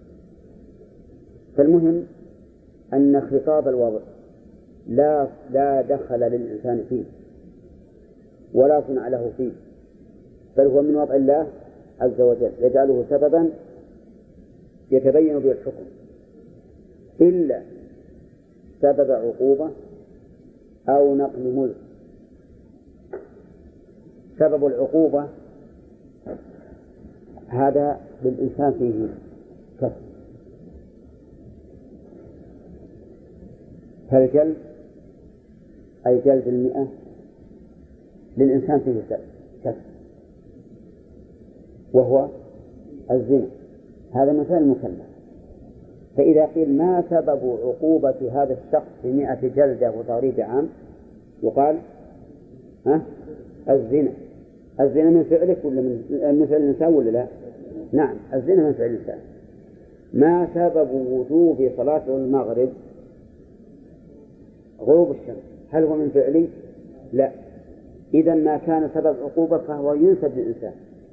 [SPEAKER 1] فالمهم أن خطاب الوضع لا لا دخل للإنسان فيه ولا صنع له فيه، بل هو من وضع الله عز وجل يجعله سببا يتبين به الحكم، إلا سبب عقوبة أو نقل ملك. سبب العقوبة هذا للإنسان فيه كسب، فالجلد أي جلد المئة للإنسان فيه كسب، وهو الزنا، هذا مثال المكلف. فإذا قيل ما سبب عقوبة هذا الشخص بمئة جلدة وتغريب عام، يقال ها الزنا. الزنا من فعلك ولا من فعل الإنسان ولا لا؟ نعم، الزنا من فعل الإنسان. ما سبب وجوب صلاة المغرب؟ غروب الشمس. هل هو من فعلي؟ لا. إذا ما كان سبب عقوبة فهو ينسب للإنسان،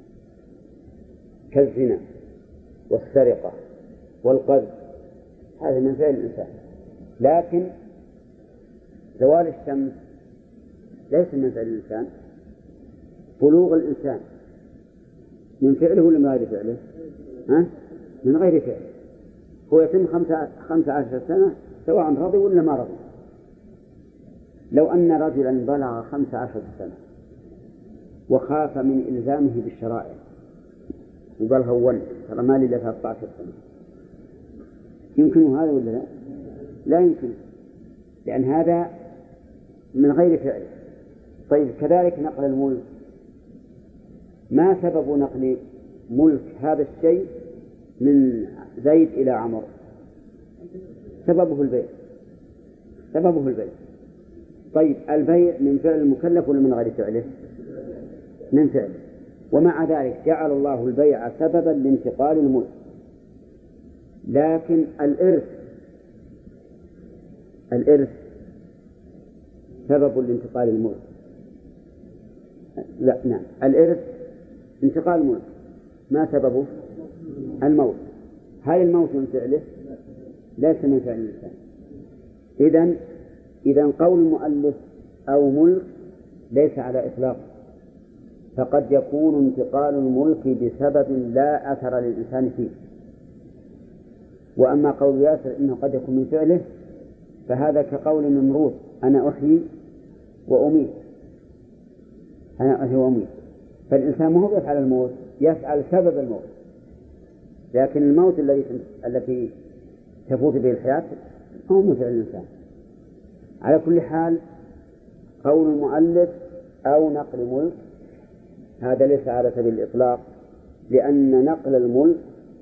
[SPEAKER 1] كالزنا والسرقة والقذف، هذا من فعل الإنسان. لكن زوال الشمس ليس من فعل الإنسان. بلوغ الإنسان من فعله ولا من غير فعله؟ ها؟ من غير فعله. هو يتم خمسة, خمسة عشر سنة سواء رضي ولا ما رضي. لو أن رجلا بلغ خمسة عشر سنة وخاف من إلزامه بالشرائع وقال هو ترى مالي إلا ثلاثة عشر سنة، يمكن هذا ولا لا؟ لا يمكن، لأن هذا من غير فعله. طيب كذلك نقل الملك، ما سبب نقل ملك هذا الشيء من زيد إلى عمر؟ سببه البيع، سببه البيع. طيب البيع من فعل المكلف ولا من غير فعله؟ من فعله. ومع ذلك جعل الله البيع سببا لانتقال الملك. لكن الإرث الإرث سبب لانتقال الملك. لا نعم، الإرث انتقال الملك، ما سببه؟ الموت. هل الموت من فعله؟ ليس من فعل الإنسان. إذن إذن قول المؤلف أو ملك ليس على إطلاق، فقد يكون انتقال الملك بسبب لا أثر للإنسان فيه. وأما قول ياسر إنه قد يكون من فعله فهذا كقول النمرود أنا أحيي وأميت، أنا أحيي وأميت. فالإنسان ما هو يفعل الموت، يفعل سبب الموت، لكن الموت الذي التي تفوت به الحياة هو من فعل الإنسان. على كل حال قول المؤلف أو نقل ملك هذا ليس على سبيل الإطلاق، لأن نقل الملك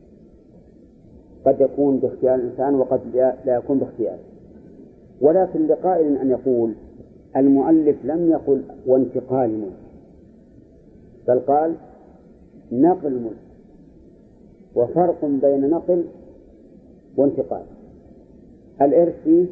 [SPEAKER 1] قد يكون باختيار الإنسان وقد لا يكون باختياره. ولكن لقائل أن يقول المؤلف لم يقل وانتقال ملك، بل قال نقل ملك، وفرق بين نقل وانتقال. الإرث فيه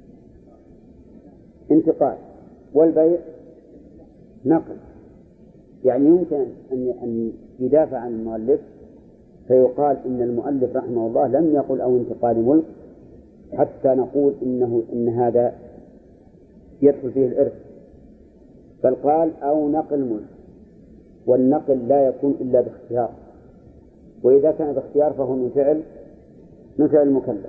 [SPEAKER 1] انتقال والبيع نقل، يعني يمكن أن يدافع عن المؤلف فيقال إن المؤلف رحمه الله لم يقل أو انتقال ملك حتى نقول إنه إن هذا يدخل فيه الإرث، بل قال أو نقل ملك، والنقل لا يكون إلا باختيار، وإذا كان باختيار فهو من فعل من فعل المكلف.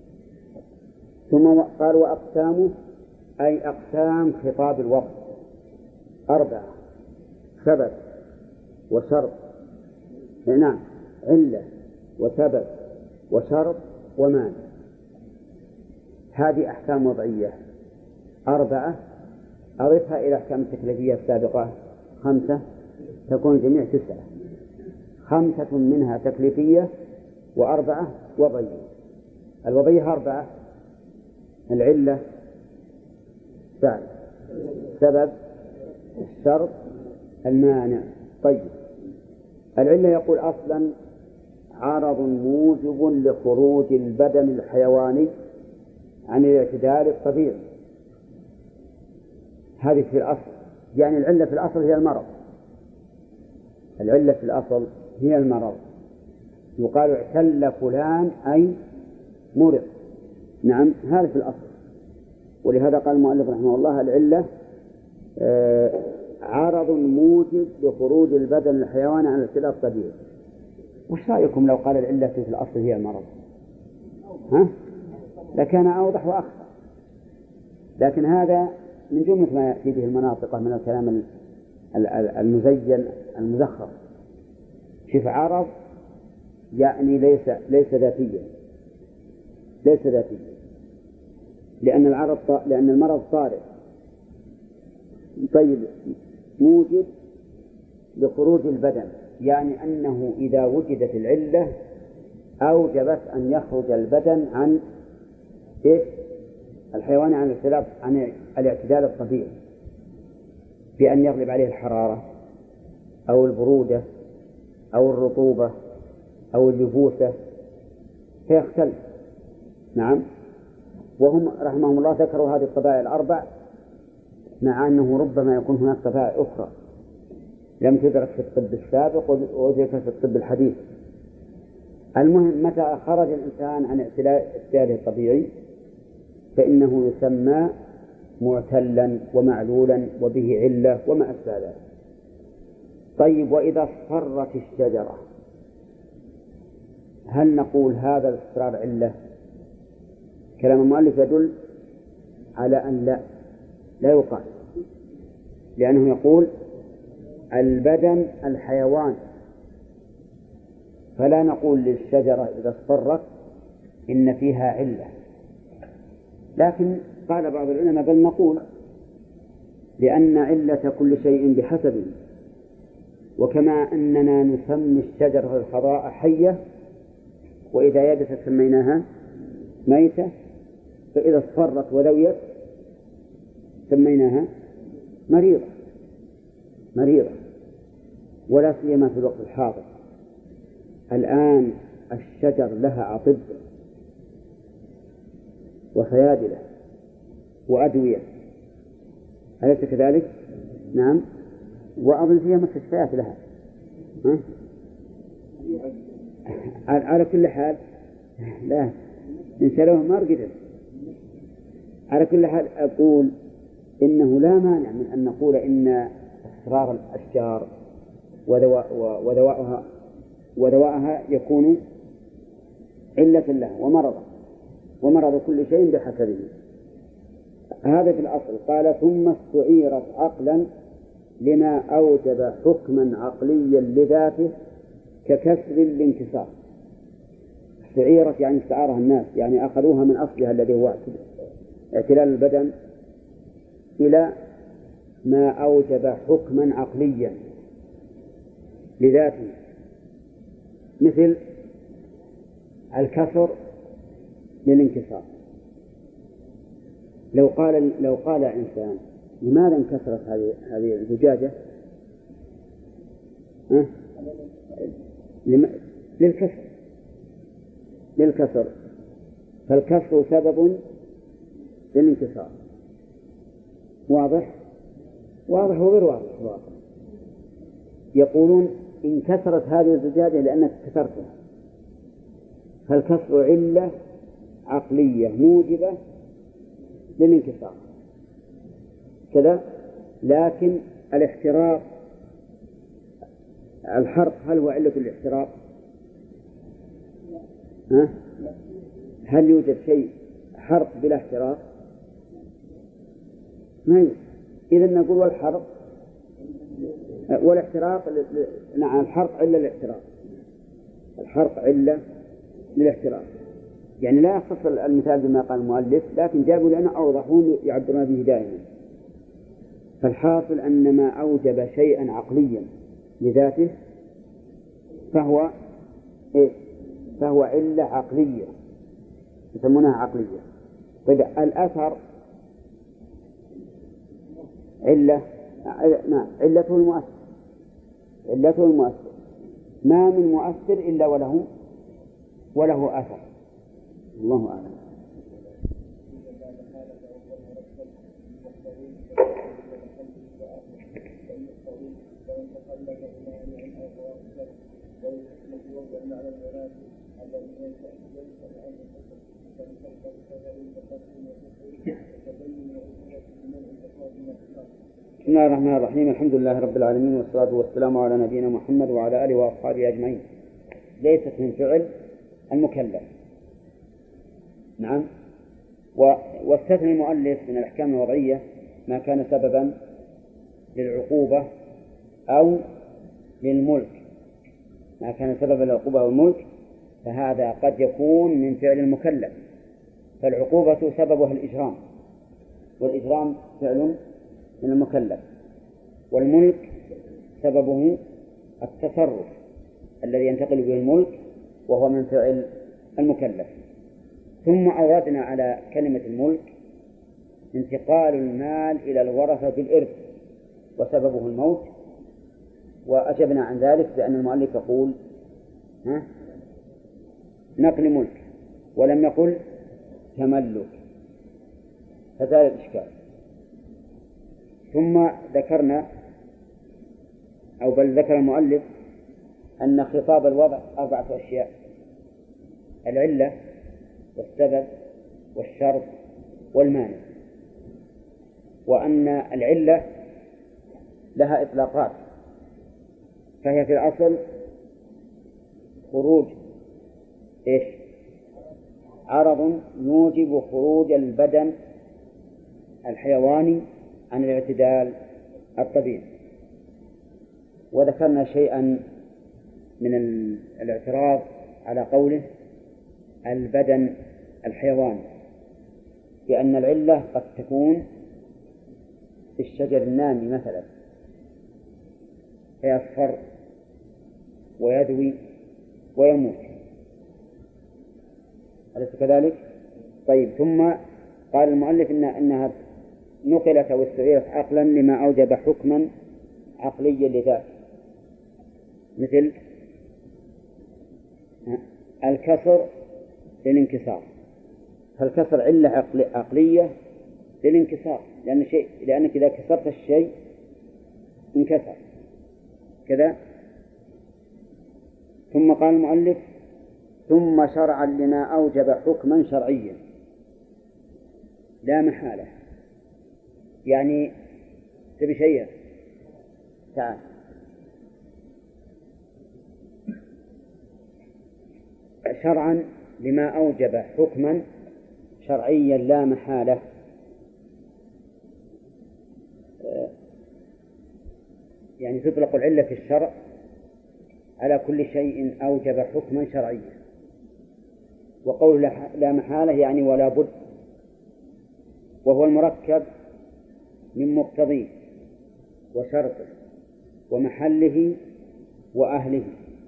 [SPEAKER 1] ثم قال وأقسامه أي أقسام خطاب الوقت أربعة: سبب وشرط، نعم علة وسبب وشرط ومانع. هذه أحكام وضعية أربعة أضفها إلى أحكام التكليفية السابقة خمسة تكون الجميع تسعة، خمسة منها تكليفية وأربعة وضعية. الوضعية أربعة: العلة، فعل، سبب، الشرط، المانع. طيب، العلة يقول أصلا عرض موجب لخروج البدن الحيواني عن الاعتدال الطبيعي. هذه في الأصل، يعني العلة في الأصل هي المرض. العلة في الأصل هي المرض. يقال اعتل فلان أي مرض. نعم، هذا في الأصل. ولهذا قال المؤلف رحمه الله: العلة آه عرض موجب لخروج البدن الحيواني عن الاعتدال الطبيعي. وش رأيكم لو قال العلة في الأصل هي المرض؟ ها؟ لكان أوضح وأخفى. لكن هذا من جملة ما يأتي به المناطق من الكلام المزين المزخرف. شوف، عرض يعني ليس ليس ذاتيا، ليس ذاتيا، لأن العرض لأن المرض طارئ. طيب، موجب لخروج البدن يعني أنه إذا وجدت العلة أوجبت أن يخرج البدن عن إيش؟ الحيوان عن الاختلاف عن الاعتدال الطبيعي، بأن يغلب عليه الحرارة أو البرودة أو الرطوبة أو اللبوسة فيختل. نعم، وهم رحمهم الله ذكروا هذه الطبائع الأربع، مع أنه ربما يكون هناك طبائع أخرى لم تدرك في الطب السابق وذكرت في الطب الحديث. المهم، متى خرج الإنسان عن اعتداله الطبيعي فإنه يسمى معتلا ومعلولا وبه علة وما أشبه ذلك. طيب، وإذا اصفرت الشجرة هل نقول هذا الاصفرار علة؟ كلام المؤلف يدل على أن لا لا يقال، لأنه يقول البدن الحيوان، فلا نقول للشجرة إذا اصفرت إن فيها علة. لكن قال بعض العلماء بل نقول لأن علة كل شيء بحسبه، وكما أننا نسمي الشجرة الخضراء حية وإذا يبست سميناها ميتة، فإذا اصفرت ولويت سميناها مريضة مريضة ولا سيما في الوقت الحاضر. الآن الشجر لها أطباء وصيادلة وأدوية، أليس كذلك؟ نعم، وأظن فيها مستشفيات لها. ها؟ على كل حال لا نسألهم ما رقدوا. على كل حال أقول إنه لا مانع من أن نقول إن أسرار الأشجار ودواءها ودواءها يكون علة لها ومرضا، ومرض كل شيء بحسبه. هذا في الأصل. قال: ثم استعيرت عقلا لما أوجب حكما عقليا لذاته ككسر الانكسار. استعيرت يعني استعارها الناس، يعني أخذوها من أصلها الذي هو اعتلال البدن إلى ما أوجب حكما عقليا لذاته، مثل الكسر للانكسار. لو قال لو قال إنسان: لماذا انكسرت هذه هذه الزجاجة؟ أه؟ لم... للكسر للكسر فالكسر سبب للانكسار. واضح؟ واضح وغير واضح. واضح. يقولون انكسرت هذه الزجاجة لأنك كسرتها، فالكسر علة عقلية موجبة للانكسار كذا. لكن الاحتراق، الحرق، هل هو علة الاحتراق؟ ها؟ هل يوجد شيء حرق بلا احتراق؟ ما يوجد. إذن نقول والحرق والاحتراق. نعم، الحرق علة للاحتراق، الحرق علة للاحتراق. يعني لا يخص المثال بما قال المؤلف، لكن جابوا لنا أوضح، هم يعبرون به دائما. فالحاصل أن ما أوجب شيئا عقليا لذاته فهو إيه؟ فهو علة عقلية يسمونها عقلية. طيب الأثر علة ما علته المؤثر علته المؤثر ما من مؤثر إلا وله وله أثر. الله أعلم. بسم الله الرحمن الرحيم. الحمد لله رب العالمين والصلاة والسلام على نبينا محمد وعلى آله وأصحابه أجمعين. ليست من فعل المكلف. نعم. واستثنى المؤلف من الأحكام الوضعية ما كان سببا للعقوبة أو للملك. ما كان سببا للعقوبة أو الملك فهذا قد يكون من فعل المكلف، فالعقوبة سببها الإجرام، والإجرام فعل من المكلف، والملك سببه التصرف الذي ينتقل به الملك وهو من فعل المكلف. ثم أوردنا على كلمة الملك انتقال المال إلى الورثة بالإرث وسببه الموت، وأجبنا عن ذلك بأن المؤلف يقول ها نقل ملك ولم يقل تملك، فزال الإشكال. ثم ذكرنا أو بل ذكر المؤلف أن خطاب الوضع أربعة أشياء: العلة والسبب والشرط والمانع، وأن العلة لها إطلاقات، فهي في الأصل خروج إيش؟ عرض يوجب خروج البدن الحيواني عن الاعتدال الطبيعي. وذكرنا شيئا من الاعتراض على قوله البدن الحيواني، بأن العلة قد تكون في الشجر النامي مثلا فيصفر ويدوي ويموت، أليس كذلك؟ طيب. ثم قال المؤلف إن أنها نقلت أو استعيرت عقلا لما أوجب حكما عقليا لذاته، مثل الكسر للانكسار، فالكسر علة عقلية للانكسار، لأن شيء لأنك إذا كسرت الشيء انكسر كذا. ثم قال المؤلف ثم شرعا لما أوجب حكما شرعيا لا محالة. يعني تبي شيء تعال شرعا لما أوجب حكما شرعيا لا محالة. يعني تطلق العلة في الشرع على كل شيء أوجب حكما شرعيا، وقول لا محالة يعني ولا بد، وهو المركب من مقتضيه وشرطه ومحله وأهله،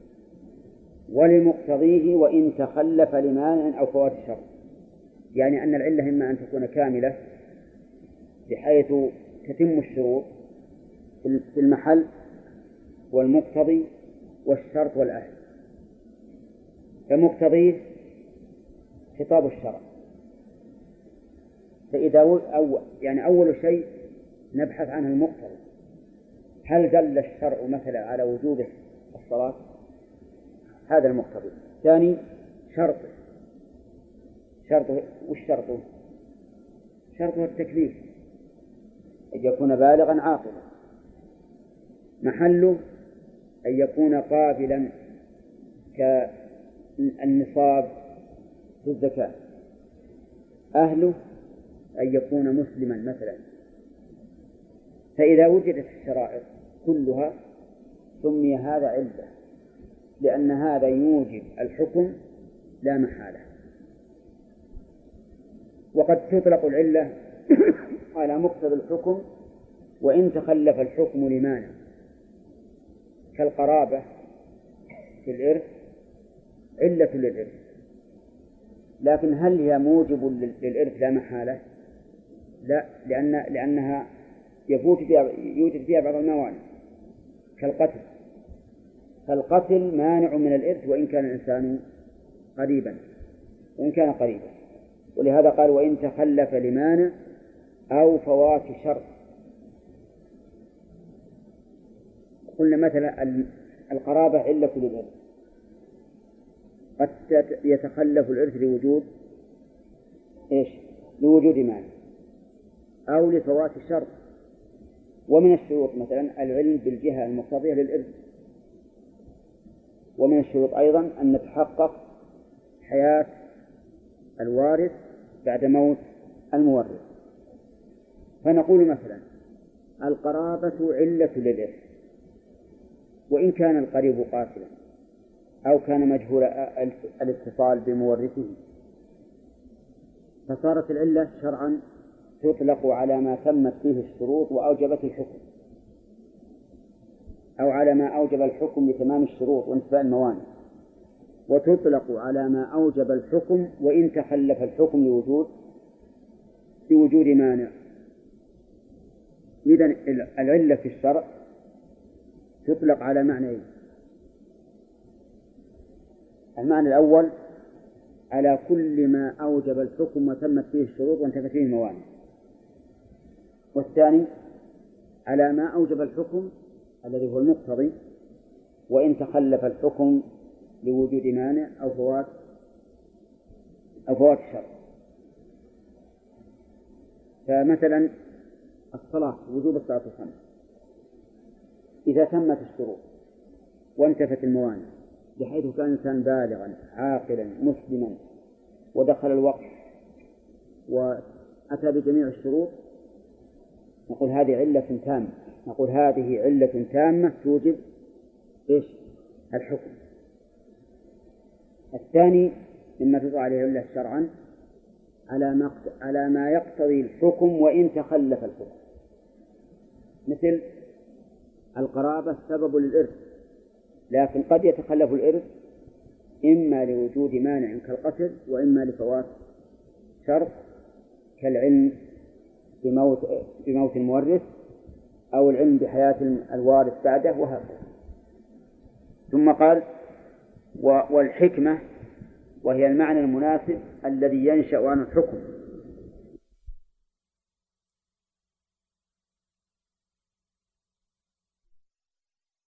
[SPEAKER 1] ولمقتضيه وإن تخلف لمانع أو فوات الشرط. يعني أن العلة إما أن تكون كاملة بحيث تتم الشروط في المحل والمقتضي والشرط والأهل. فمقتضيه خطاب الشرع، فإذا أو يعني أول شيء نبحث عنه المقتضي، هل دل الشرع مثلا على وجوب الصلاة؟ هذا المقتضي. ثاني شرطه، شرطه والشرط شرطه التكليف، أن يكون بالغا عاقلا. محله أن يكون قابلا كالنصاب في الزكاة. أهله أن يكون مسلما مثلا. فإذا وجدت الشرائط كلها سمي هذا علة، لأن هذا يوجب الحكم لا محالة. وقد تطلق العلة على مقتضى الحكم وإن تخلف الحكم لمانع كالقرابة في الإرث علة للإرث، لكن هل هي موجب للإرث لا محالة؟ لا، لأن لأنها يفوت فيها يوجد فيها بعض الموانع كالقتل، فالقتل مانع من الإرث وإن كان الإنسان قريبا وإن كان قريبا، ولهذا قال وإن تخلف لمانع أو فوات شرط. قلنا مثلا القرابة علة للإرث، قد يتخلف الإرث لوجود إيش؟ لوجود مانع أو لفوات شرط. ومن الشروط مثلا العلم بالجهة المقتضية للإرث، ومن الشروط أيضا أن نتحقق حياة الوارث بعد موت المورث. فنقول مثلا القرابة علة للإرث وإن كان القريب قاتلا أو كان مجهول الاتصال بمورثه، فصارت العلة شرعا تطلق على ما تمت فيه الشروط وأوجبت الحكم، أو على ما أوجب الحكم لتمام الشروط وانتفاء الموانع، وتطلق على ما أوجب الحكم وإن تخلف الحكم لوجود لوجود مانع. إذن العلة في الشرع تطلق على معنيين: المعنى الأول على كل ما أوجب الحكم وتمت فيه الشروط وانتفت فيه الموانع، والثاني على ما أوجب الحكم الذي هو المقتضي وإن تخلف الحكم لوجود مانع أو فوات أو فوات الشرط. فمثلا الصلاة، وجوب الصلاة الخمس، إذا تمت الشروط وانتفت الموانع بحيث كان الإنسان بالغا عاقلا مسلما ودخل الوقت وأتى بجميع الشروط، نقول هذه علة تامة، نقول هذه علة تامة توجب إيش؟ الحكم. الثاني مما تدعى عليه علة شرعا على ما على ما يقتضي الحكم وإن تخلف الحكم، مثل القرابة سبب للإرث، لكن قد يتخلف الإرث إما لوجود مانع كالقتل وإما لفوات شرط كالعلم بموت بموت المورث أو العلم بحياة الوارث بعده وهكذا. ثم قال والحكمة وهي المعنى المناسب الذي ينشأ عن الحكم